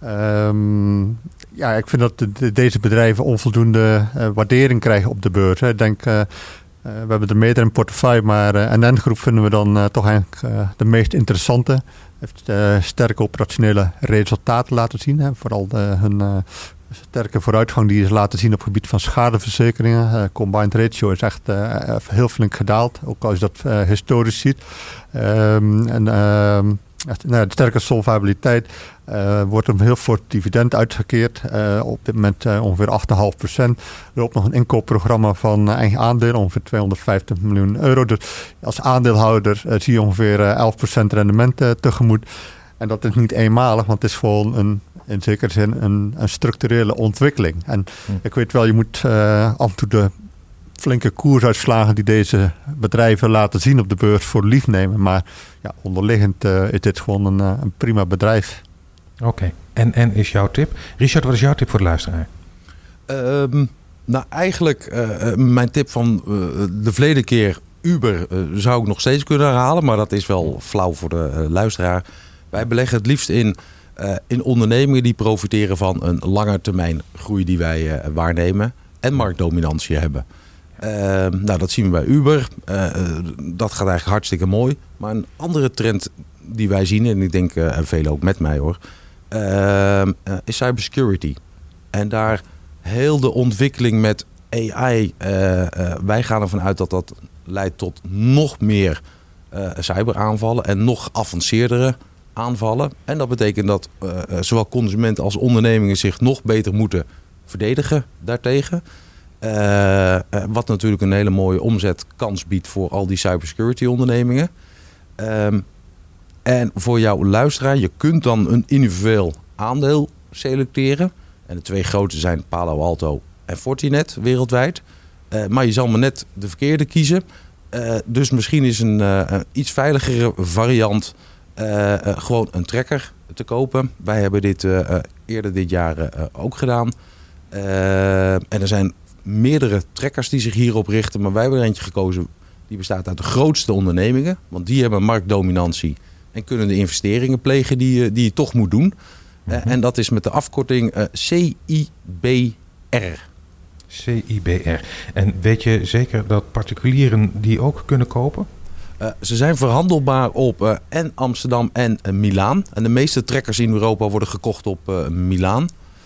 um, ja, ik vind dat de, deze bedrijven onvoldoende uh, waardering krijgen op de beurs. Hè. Ik denk, uh, uh, we hebben er meerdere in portefeuille, maar uh, N N Groep vinden we dan uh, toch eigenlijk uh, de meest interessante. Heeft uh, sterke operationele resultaten laten zien. Hè. Vooral de, hun... Uh, sterke vooruitgang die is laten zien op het gebied van schadeverzekeringen. Uh, combined ratio is echt uh, heel flink gedaald, ook als je dat uh, historisch ziet. Um, en uh, nou, de sterke solvabiliteit uh, wordt een heel fort dividend uitgekeerd. Uh, op dit moment uh, ongeveer acht komma vijf procent. Er loopt nog een inkoopprogramma van uh, eigen aandelen, ongeveer tweehonderdvijftig miljoen euro. Dus als aandeelhouder uh, zie je ongeveer uh, elf procent rendement uh, tegemoet. En dat is niet eenmalig, want het is gewoon een in zekere zin een, een structurele ontwikkeling. En hm. ik weet wel, je moet uh, af en toe de flinke koersuitslagen die deze bedrijven laten zien op de beurs voor lief nemen. Maar ja, onderliggend uh, is dit gewoon een, uh, een prima bedrijf.
Oké, okay. en, en is jouw tip? Richard, wat is jouw tip voor de luisteraar?
Um, nou, eigenlijk uh, mijn tip van uh, de verleden keer Uber uh, zou ik nog steeds kunnen herhalen. Maar dat is wel flauw voor de uh, luisteraar. Wij beleggen het liefst in... Uh, in ondernemingen die profiteren van een langetermijn groei die wij uh, waarnemen en marktdominantie hebben. Uh, nou, dat zien we bij Uber. Uh, dat gaat eigenlijk hartstikke mooi. Maar een andere trend die wij zien, en ik denk uh, velen ook met mij hoor, uh, uh, is cybersecurity. En daar heel de ontwikkeling met A I, uh, uh, wij gaan ervan uit dat dat leidt tot nog meer uh, cyberaanvallen en nog geavanceerdere aanvallen. En dat betekent dat uh, zowel consumenten als ondernemingen zich nog beter moeten verdedigen daartegen. Uh, uh, wat natuurlijk een hele mooie omzetkans biedt voor al die cybersecurity ondernemingen. Um, en voor jouw luisteraar, je kunt dan een individueel aandeel selecteren. En de twee grote zijn Palo Alto en Fortinet wereldwijd. Uh, maar je zal maar net de verkeerde kiezen. Uh, dus misschien is een uh, iets veiligere variant Uh, uh, gewoon een tracker te kopen. Wij hebben dit uh, uh, eerder dit jaar uh, ook gedaan. Uh, en er zijn meerdere trackers die zich hierop richten. Maar wij hebben er eentje gekozen die bestaat uit de grootste ondernemingen. Want die hebben marktdominantie en kunnen de investeringen plegen die, uh, die je toch moet doen. Mm-hmm. Uh, en dat is met de afkorting uh, C I B R.
C I B R. En weet je zeker dat particulieren die ook kunnen kopen?
Uh, ze zijn verhandelbaar op uh, en Amsterdam en uh, Milaan. En de meeste trekkers in Europa worden gekocht op uh, Milaan.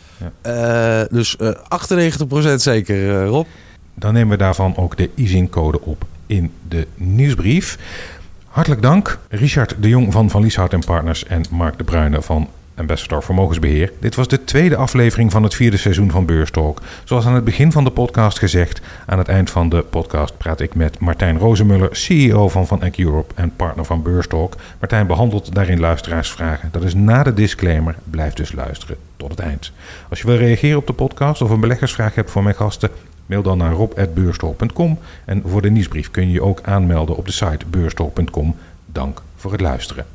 Ja. Uh, dus uh, achtennegentig procent zeker, uh, Rob.
Dan nemen we daarvan ook de I S I N-code op in de nieuwsbrief. Hartelijk dank, Richard de Jong van Van Lieshout en Partners en Mark de Bruyne van Ambassador Vermogensbeheer. Dit was de tweede aflevering van het vierde seizoen van Beurstalk. Zoals aan het begin van de podcast gezegd, aan het eind van de podcast praat ik met Martijn Rozenmuller, C E O van Van Eck Europe en partner van Beurstalk. Martijn behandelt daarin luisteraarsvragen. Dat is na de disclaimer. Blijf dus luisteren tot het eind. Als je wil reageren op de podcast of een beleggersvraag hebt voor mijn gasten, mail dan naar rob at beurstalk punt com. En voor de nieuwsbrief kun je je ook aanmelden op de site beurstalk punt com. Dank voor het luisteren.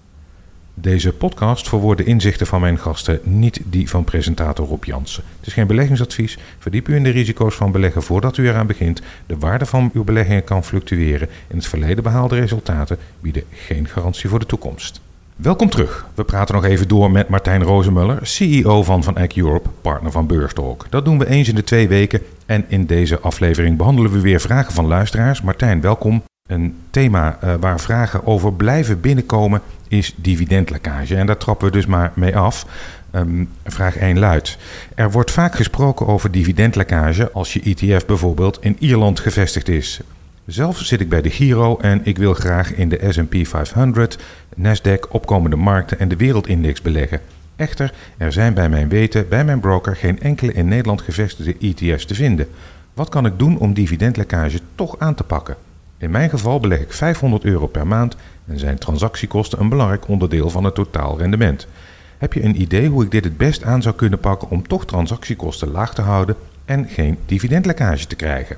Deze podcast verwoordt de inzichten van mijn gasten, niet die van presentator Rob Jansen. Het is geen beleggingsadvies. Verdiep u in de risico's van beleggen voordat u eraan begint. De waarde van uw beleggingen kan fluctueren. In het verleden behaalde resultaten bieden geen garantie voor de toekomst. Welkom terug. We praten nog even door met Martijn Rozenmuller, C E O van Van Eck Europe, partner van Beurstalk. Dat doen we eens in de twee weken en in deze aflevering behandelen we weer vragen van luisteraars. Martijn, welkom. Een thema uh, waar vragen over blijven binnenkomen is dividendlekkage. En daar trappen we dus maar mee af. Um, vraag één luidt. Er wordt vaak gesproken over dividendlekkage als je E T F bijvoorbeeld in Ierland gevestigd is. Zelf zit ik bij de Giro en ik wil graag in de S en P vijfhonderd, Nasdaq, opkomende markten en de wereldindex beleggen. Echter, er zijn bij mijn weten bij mijn broker geen enkele in Nederland gevestigde E T F's te vinden. Wat kan ik doen om dividendlekkage toch aan te pakken? In mijn geval beleg ik vijfhonderd euro per maand en zijn transactiekosten een belangrijk onderdeel van het totaalrendement. Heb je een idee hoe ik dit het best aan zou kunnen pakken om toch transactiekosten laag te houden en geen dividendlekkage te krijgen?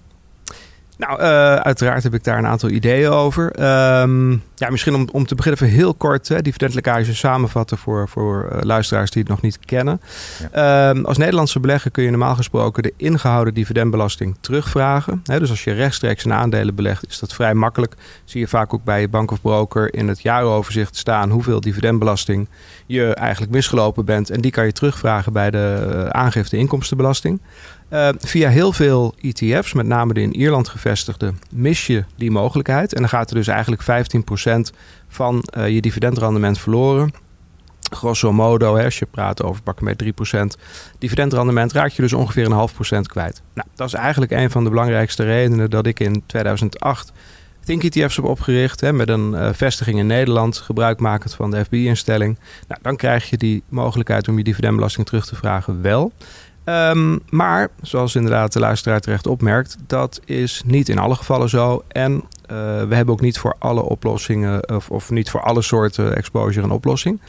Nou, uh, uiteraard heb ik daar een aantal ideeën over. Um, ja, misschien om, om te beginnen even heel kort hè, dividendlekkage samenvatten voor, voor uh, luisteraars die het nog niet kennen. Ja. Um, als Nederlandse belegger kun je normaal gesproken de ingehouden dividendbelasting terugvragen. Hè, dus als je rechtstreeks in aandelen belegt, is dat vrij makkelijk. Zie je vaak ook bij je bank of broker in het jaaroverzicht staan hoeveel dividendbelasting je eigenlijk misgelopen bent. En die kan je terugvragen bij de uh, aangifte inkomstenbelasting. Uh, via heel veel E T F's, met name de in Ierland gevestigde, mis je die mogelijkheid. En dan gaat er dus eigenlijk vijftien procent van uh, je dividendrendement verloren. Grosso modo, hè, als je praat over pakken met drie procent dividendrendement, raak je dus ongeveer een half procent kwijt. Nou, dat is eigenlijk een van de belangrijkste redenen dat ik in tweeduizend acht Think E T F's heb opgericht. Hè, met een uh, vestiging in Nederland, gebruikmakend van de F B I-instelling. Nou, dan krijg je die mogelijkheid om je dividendbelasting terug te vragen wel. Um, maar, zoals inderdaad de luisteraar terecht opmerkt, dat is niet in alle gevallen zo. En uh, we hebben ook niet voor alle oplossingen, of, of niet voor alle soorten exposure een oplossing.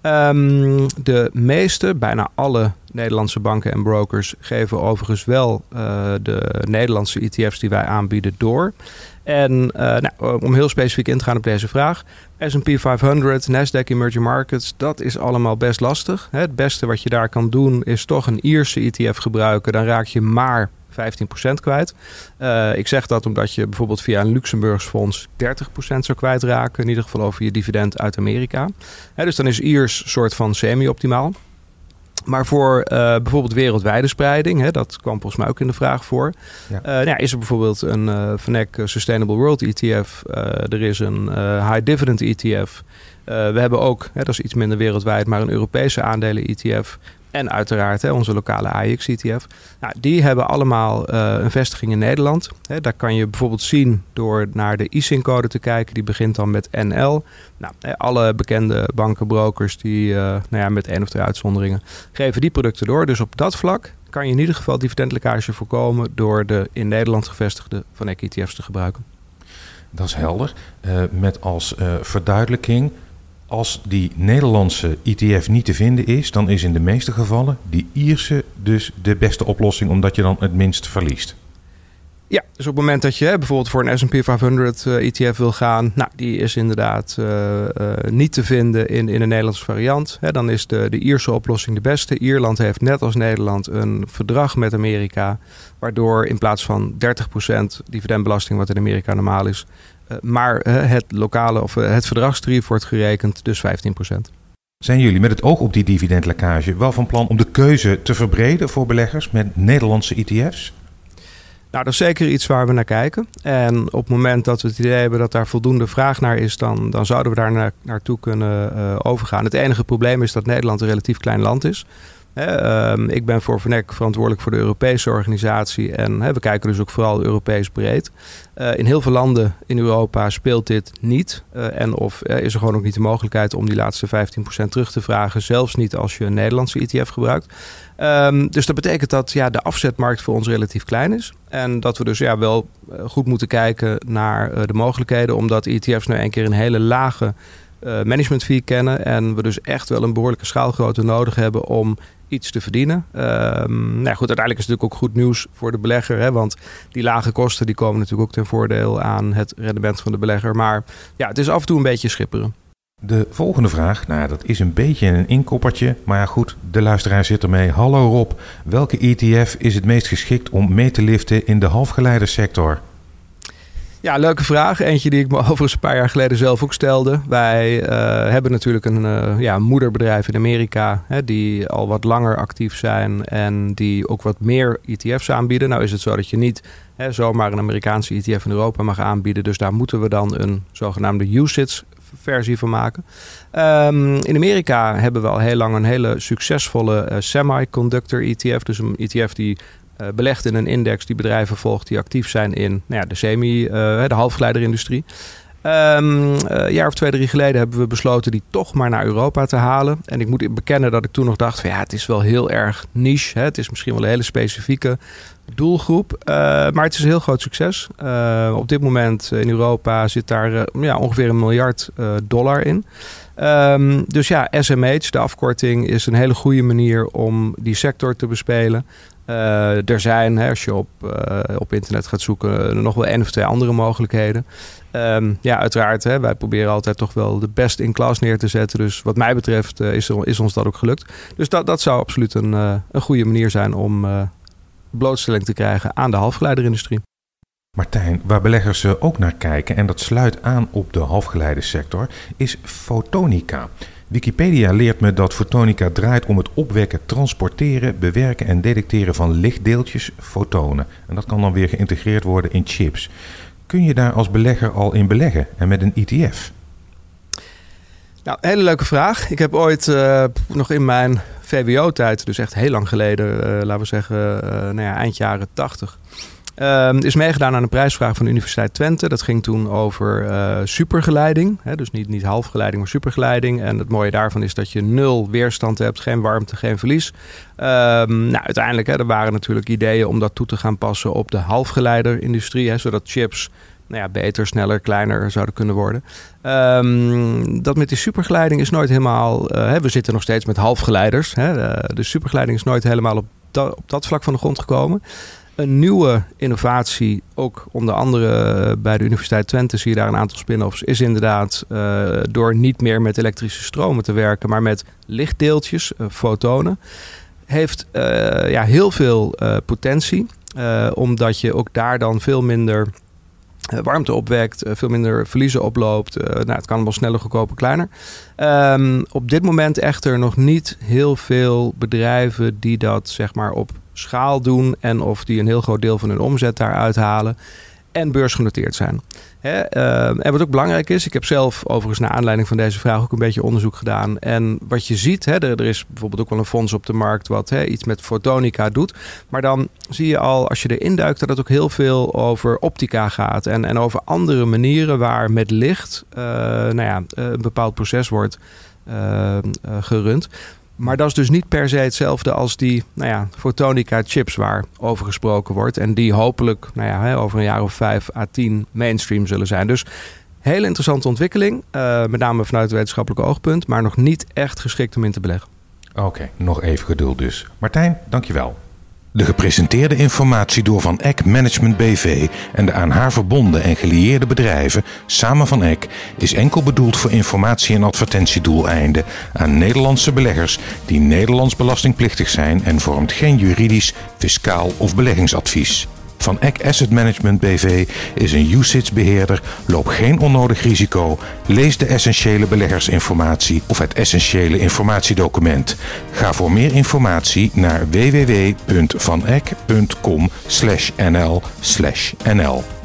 Um, de meeste, bijna alle Nederlandse banken en brokers geven overigens wel uh, de Nederlandse E T F's die wij aanbieden door. En uh, nou, om heel specifiek in te gaan op deze vraag. S en P vijfhonderd, Nasdaq Emerging Markets, dat is allemaal best lastig. Het beste wat je daar kan doen is toch een Ierse E T F gebruiken. Dan raak je maar vijftien procent kwijt. Uh, ik zeg dat omdat je bijvoorbeeld via een Luxemburgs fonds dertig procent zou kwijtraken. In ieder geval over je dividend uit Amerika. He, dus dan is Iers soort van semi-optimaal. Maar voor uh, bijvoorbeeld wereldwijde spreiding, hè, dat kwam volgens mij ook in de vraag voor. Ja. Uh, nou ja, is er bijvoorbeeld een uh, V N E C Sustainable World E T F. Uh, er is een uh, High Dividend E T F. Uh, we hebben ook, hè, dat is iets minder wereldwijd, maar een Europese aandelen E T F. En uiteraard hè, onze lokale A I X E T F. Nou, die hebben allemaal uh, een vestiging in Nederland. Hè, daar kan je bijvoorbeeld zien door naar de I S I N-code te kijken. Die begint dan met N L. Nou, alle bekende banken, brokers, die uh, nou ja, met één of twee uitzonderingen geven die producten door. Dus op dat vlak kan je in ieder geval dividendlekkage voorkomen door de in Nederland gevestigde V N E C E T F's te gebruiken.
Dat is helder. Uh, met als uh, verduidelijking, als die Nederlandse E T F niet te vinden is, dan is in de meeste gevallen die Ierse dus de beste oplossing, omdat je dan het minst verliest.
Ja, dus op het moment dat je hè, bijvoorbeeld voor een S en P vijfhonderd uh, E T F wil gaan, nou, die is inderdaad uh, uh, niet te vinden in, in een Nederlandse variant. Hè, dan is de, de Ierse oplossing de beste. Ierland heeft net als Nederland een verdrag met Amerika, waardoor in plaats van dertig procent dividendbelasting, wat in Amerika normaal is, uh, maar uh, het lokale of uh, het verdragstarief wordt gerekend, dus vijftien procent.
Zijn jullie met het oog op die dividendlekkage wel van plan om de keuze te verbreden voor beleggers met Nederlandse E T F's?
Nou, dat is zeker iets waar we naar kijken. En op het moment dat we het idee hebben dat daar voldoende vraag naar is, dan, dan zouden we daar naar, naartoe kunnen uh, overgaan. Het enige probleem is dat Nederland een relatief klein land is. He, um, ik ben voor V N E C verantwoordelijk voor de Europese organisatie. En he, we kijken dus ook vooral Europees breed. Uh, in heel veel landen in Europa speelt dit niet. Uh, en of uh, is er gewoon ook niet de mogelijkheid om die laatste vijftien procent terug te vragen. Zelfs niet als je een Nederlandse E T F gebruikt. Um, dus dat betekent dat ja, de afzetmarkt voor ons relatief klein is. En dat we dus ja, wel goed moeten kijken naar uh, de mogelijkheden. Omdat E T F's nou een keer een hele lage uh, management fee kennen. En we dus echt wel een behoorlijke schaalgrootte nodig hebben om iets te verdienen. Um, nou goed, uiteindelijk is het natuurlijk ook goed nieuws voor de belegger. Hè, want die lage kosten die komen natuurlijk ook ten voordeel aan het rendement van de belegger. Maar ja, het is af en toe een beetje schipperen.
De volgende vraag, nou dat is een beetje een inkoppertje. Maar ja goed, de luisteraar zit ermee. Hallo Rob, welke E T F is het meest geschikt om mee te liften in de halfgeleidersector?
Ja, leuke vraag. Eentje die ik me overigens een paar jaar geleden zelf ook stelde. Wij uh, hebben natuurlijk een uh, ja, moederbedrijf in Amerika, hè, die al wat langer actief zijn en die ook wat meer E T F's aanbieden. Nou is het zo dat je niet hè, zomaar een Amerikaanse E T F in Europa mag aanbieden. Dus daar moeten we dan een zogenaamde U C I T S versie van maken. Um, in Amerika hebben we al heel lang een hele succesvolle uh, semiconductor E T F. Dus een E T F die Uh, belegd in een index die bedrijven volgt die actief zijn in nou ja, de semi, uh, de halfgeleiderindustrie. Um, een jaar of twee, drie geleden hebben we besloten die toch maar naar Europa te halen. En ik moet bekennen dat ik toen nog dacht van ja, het is wel heel erg niche. Hè? Het is misschien wel een hele specifieke doelgroep. Uh, maar het is een heel groot succes. Uh, op dit moment in Europa zit daar uh, ja, ongeveer een miljard uh, dollar in. Um, dus ja, S M H, de afkorting, is een hele goede manier om die sector te bespelen. Uh, er zijn, hè, als je op, uh, op internet gaat zoeken, nog wel één of twee andere mogelijkheden. Um, ja, uiteraard, hè, wij proberen altijd toch wel de best in class neer te zetten. Dus wat mij betreft uh, is, er, is ons dat ook gelukt. Dus dat, dat zou absoluut een, uh, een goede manier zijn om uh, blootstelling te krijgen aan de halfgeleiderindustrie.
Martijn, waar beleggers ook naar kijken, en dat sluit aan op de halfgeleidersector, is fotonica. Wikipedia leert me dat fotonica draait om het opwekken, transporteren, bewerken en detecteren van lichtdeeltjes, fotonen. En dat kan dan weer geïntegreerd worden in chips. Kun je daar als belegger al in beleggen en met een E T F?
Nou, hele leuke vraag. Ik heb ooit uh, nog in mijn V W O-tijd, dus echt heel lang geleden, uh, laten we zeggen uh, nou ja, eind jaren tachtig... Uh, is meegedaan aan een prijsvraag van de Universiteit Twente. Dat ging toen over uh, supergeleiding. Hè, dus niet, niet halfgeleiding, maar supergeleiding. En het mooie daarvan is dat je nul weerstand hebt. Geen warmte, geen verlies. Uh, nou, uiteindelijk hè, er waren natuurlijk ideeën om dat toe te gaan passen op de halfgeleiderindustrie. Hè, zodat chips nou ja, beter, sneller, kleiner zouden kunnen worden. Um, dat met die supergeleiding is nooit helemaal... Uh, hè, we zitten nog steeds met halfgeleiders. Hè, de, de supergeleiding is nooit helemaal op dat, op dat vlak van de grond gekomen. Een nieuwe innovatie, ook onder andere bij de Universiteit Twente zie je daar een aantal spin-offs, is inderdaad uh, door niet meer met elektrische stromen te werken, maar met lichtdeeltjes, uh, fotonen. Heeft uh, ja, heel veel uh, potentie, uh, omdat je ook daar dan veel minder uh, warmte opwekt, uh, veel minder verliezen oploopt. Uh, nou, het kan allemaal sneller, goedkoper, kleiner. Um, op dit moment echter nog niet heel veel bedrijven die dat zeg maar op schaal doen en of die een heel groot deel van hun omzet daaruit halen en beursgenoteerd zijn. Hè, uh, en wat ook belangrijk is, ik heb zelf overigens naar aanleiding van deze vraag ook een beetje onderzoek gedaan. En wat je ziet, hè, er, er is bijvoorbeeld ook wel een fonds op de markt wat hè, iets met fotonica doet. Maar dan zie je al, als je erin duikt, dat het ook heel veel over optica gaat. En, en over andere manieren waar met licht uh, nou ja, een bepaald proces wordt uh, uh, gerund. Maar dat is dus niet per se hetzelfde als die nou ja, fotonica chips waar over gesproken wordt. En die hopelijk nou ja, over een jaar of vijf à tien mainstream zullen zijn. Dus hele interessante ontwikkeling. Uh, met name vanuit het wetenschappelijke oogpunt. Maar nog niet echt geschikt om in te beleggen.
Oké, okay, nog even geduld dus. Martijn, dankjewel. De gepresenteerde informatie door Van Eck Management B V en de aan haar verbonden en gelieerde bedrijven, samen Van Eck, is enkel bedoeld voor informatie- en advertentiedoeleinden aan Nederlandse beleggers die Nederlands belastingplichtig zijn en vormt geen juridisch, fiscaal of beleggingsadvies. Van Eck Asset Management B V is een U C I T S-beheerder, loopt geen onnodig risico, lees de essentiële beleggersinformatie of het essentiële informatiedocument. Ga voor meer informatie naar w w w punt van eck punt com slash n l slash n l.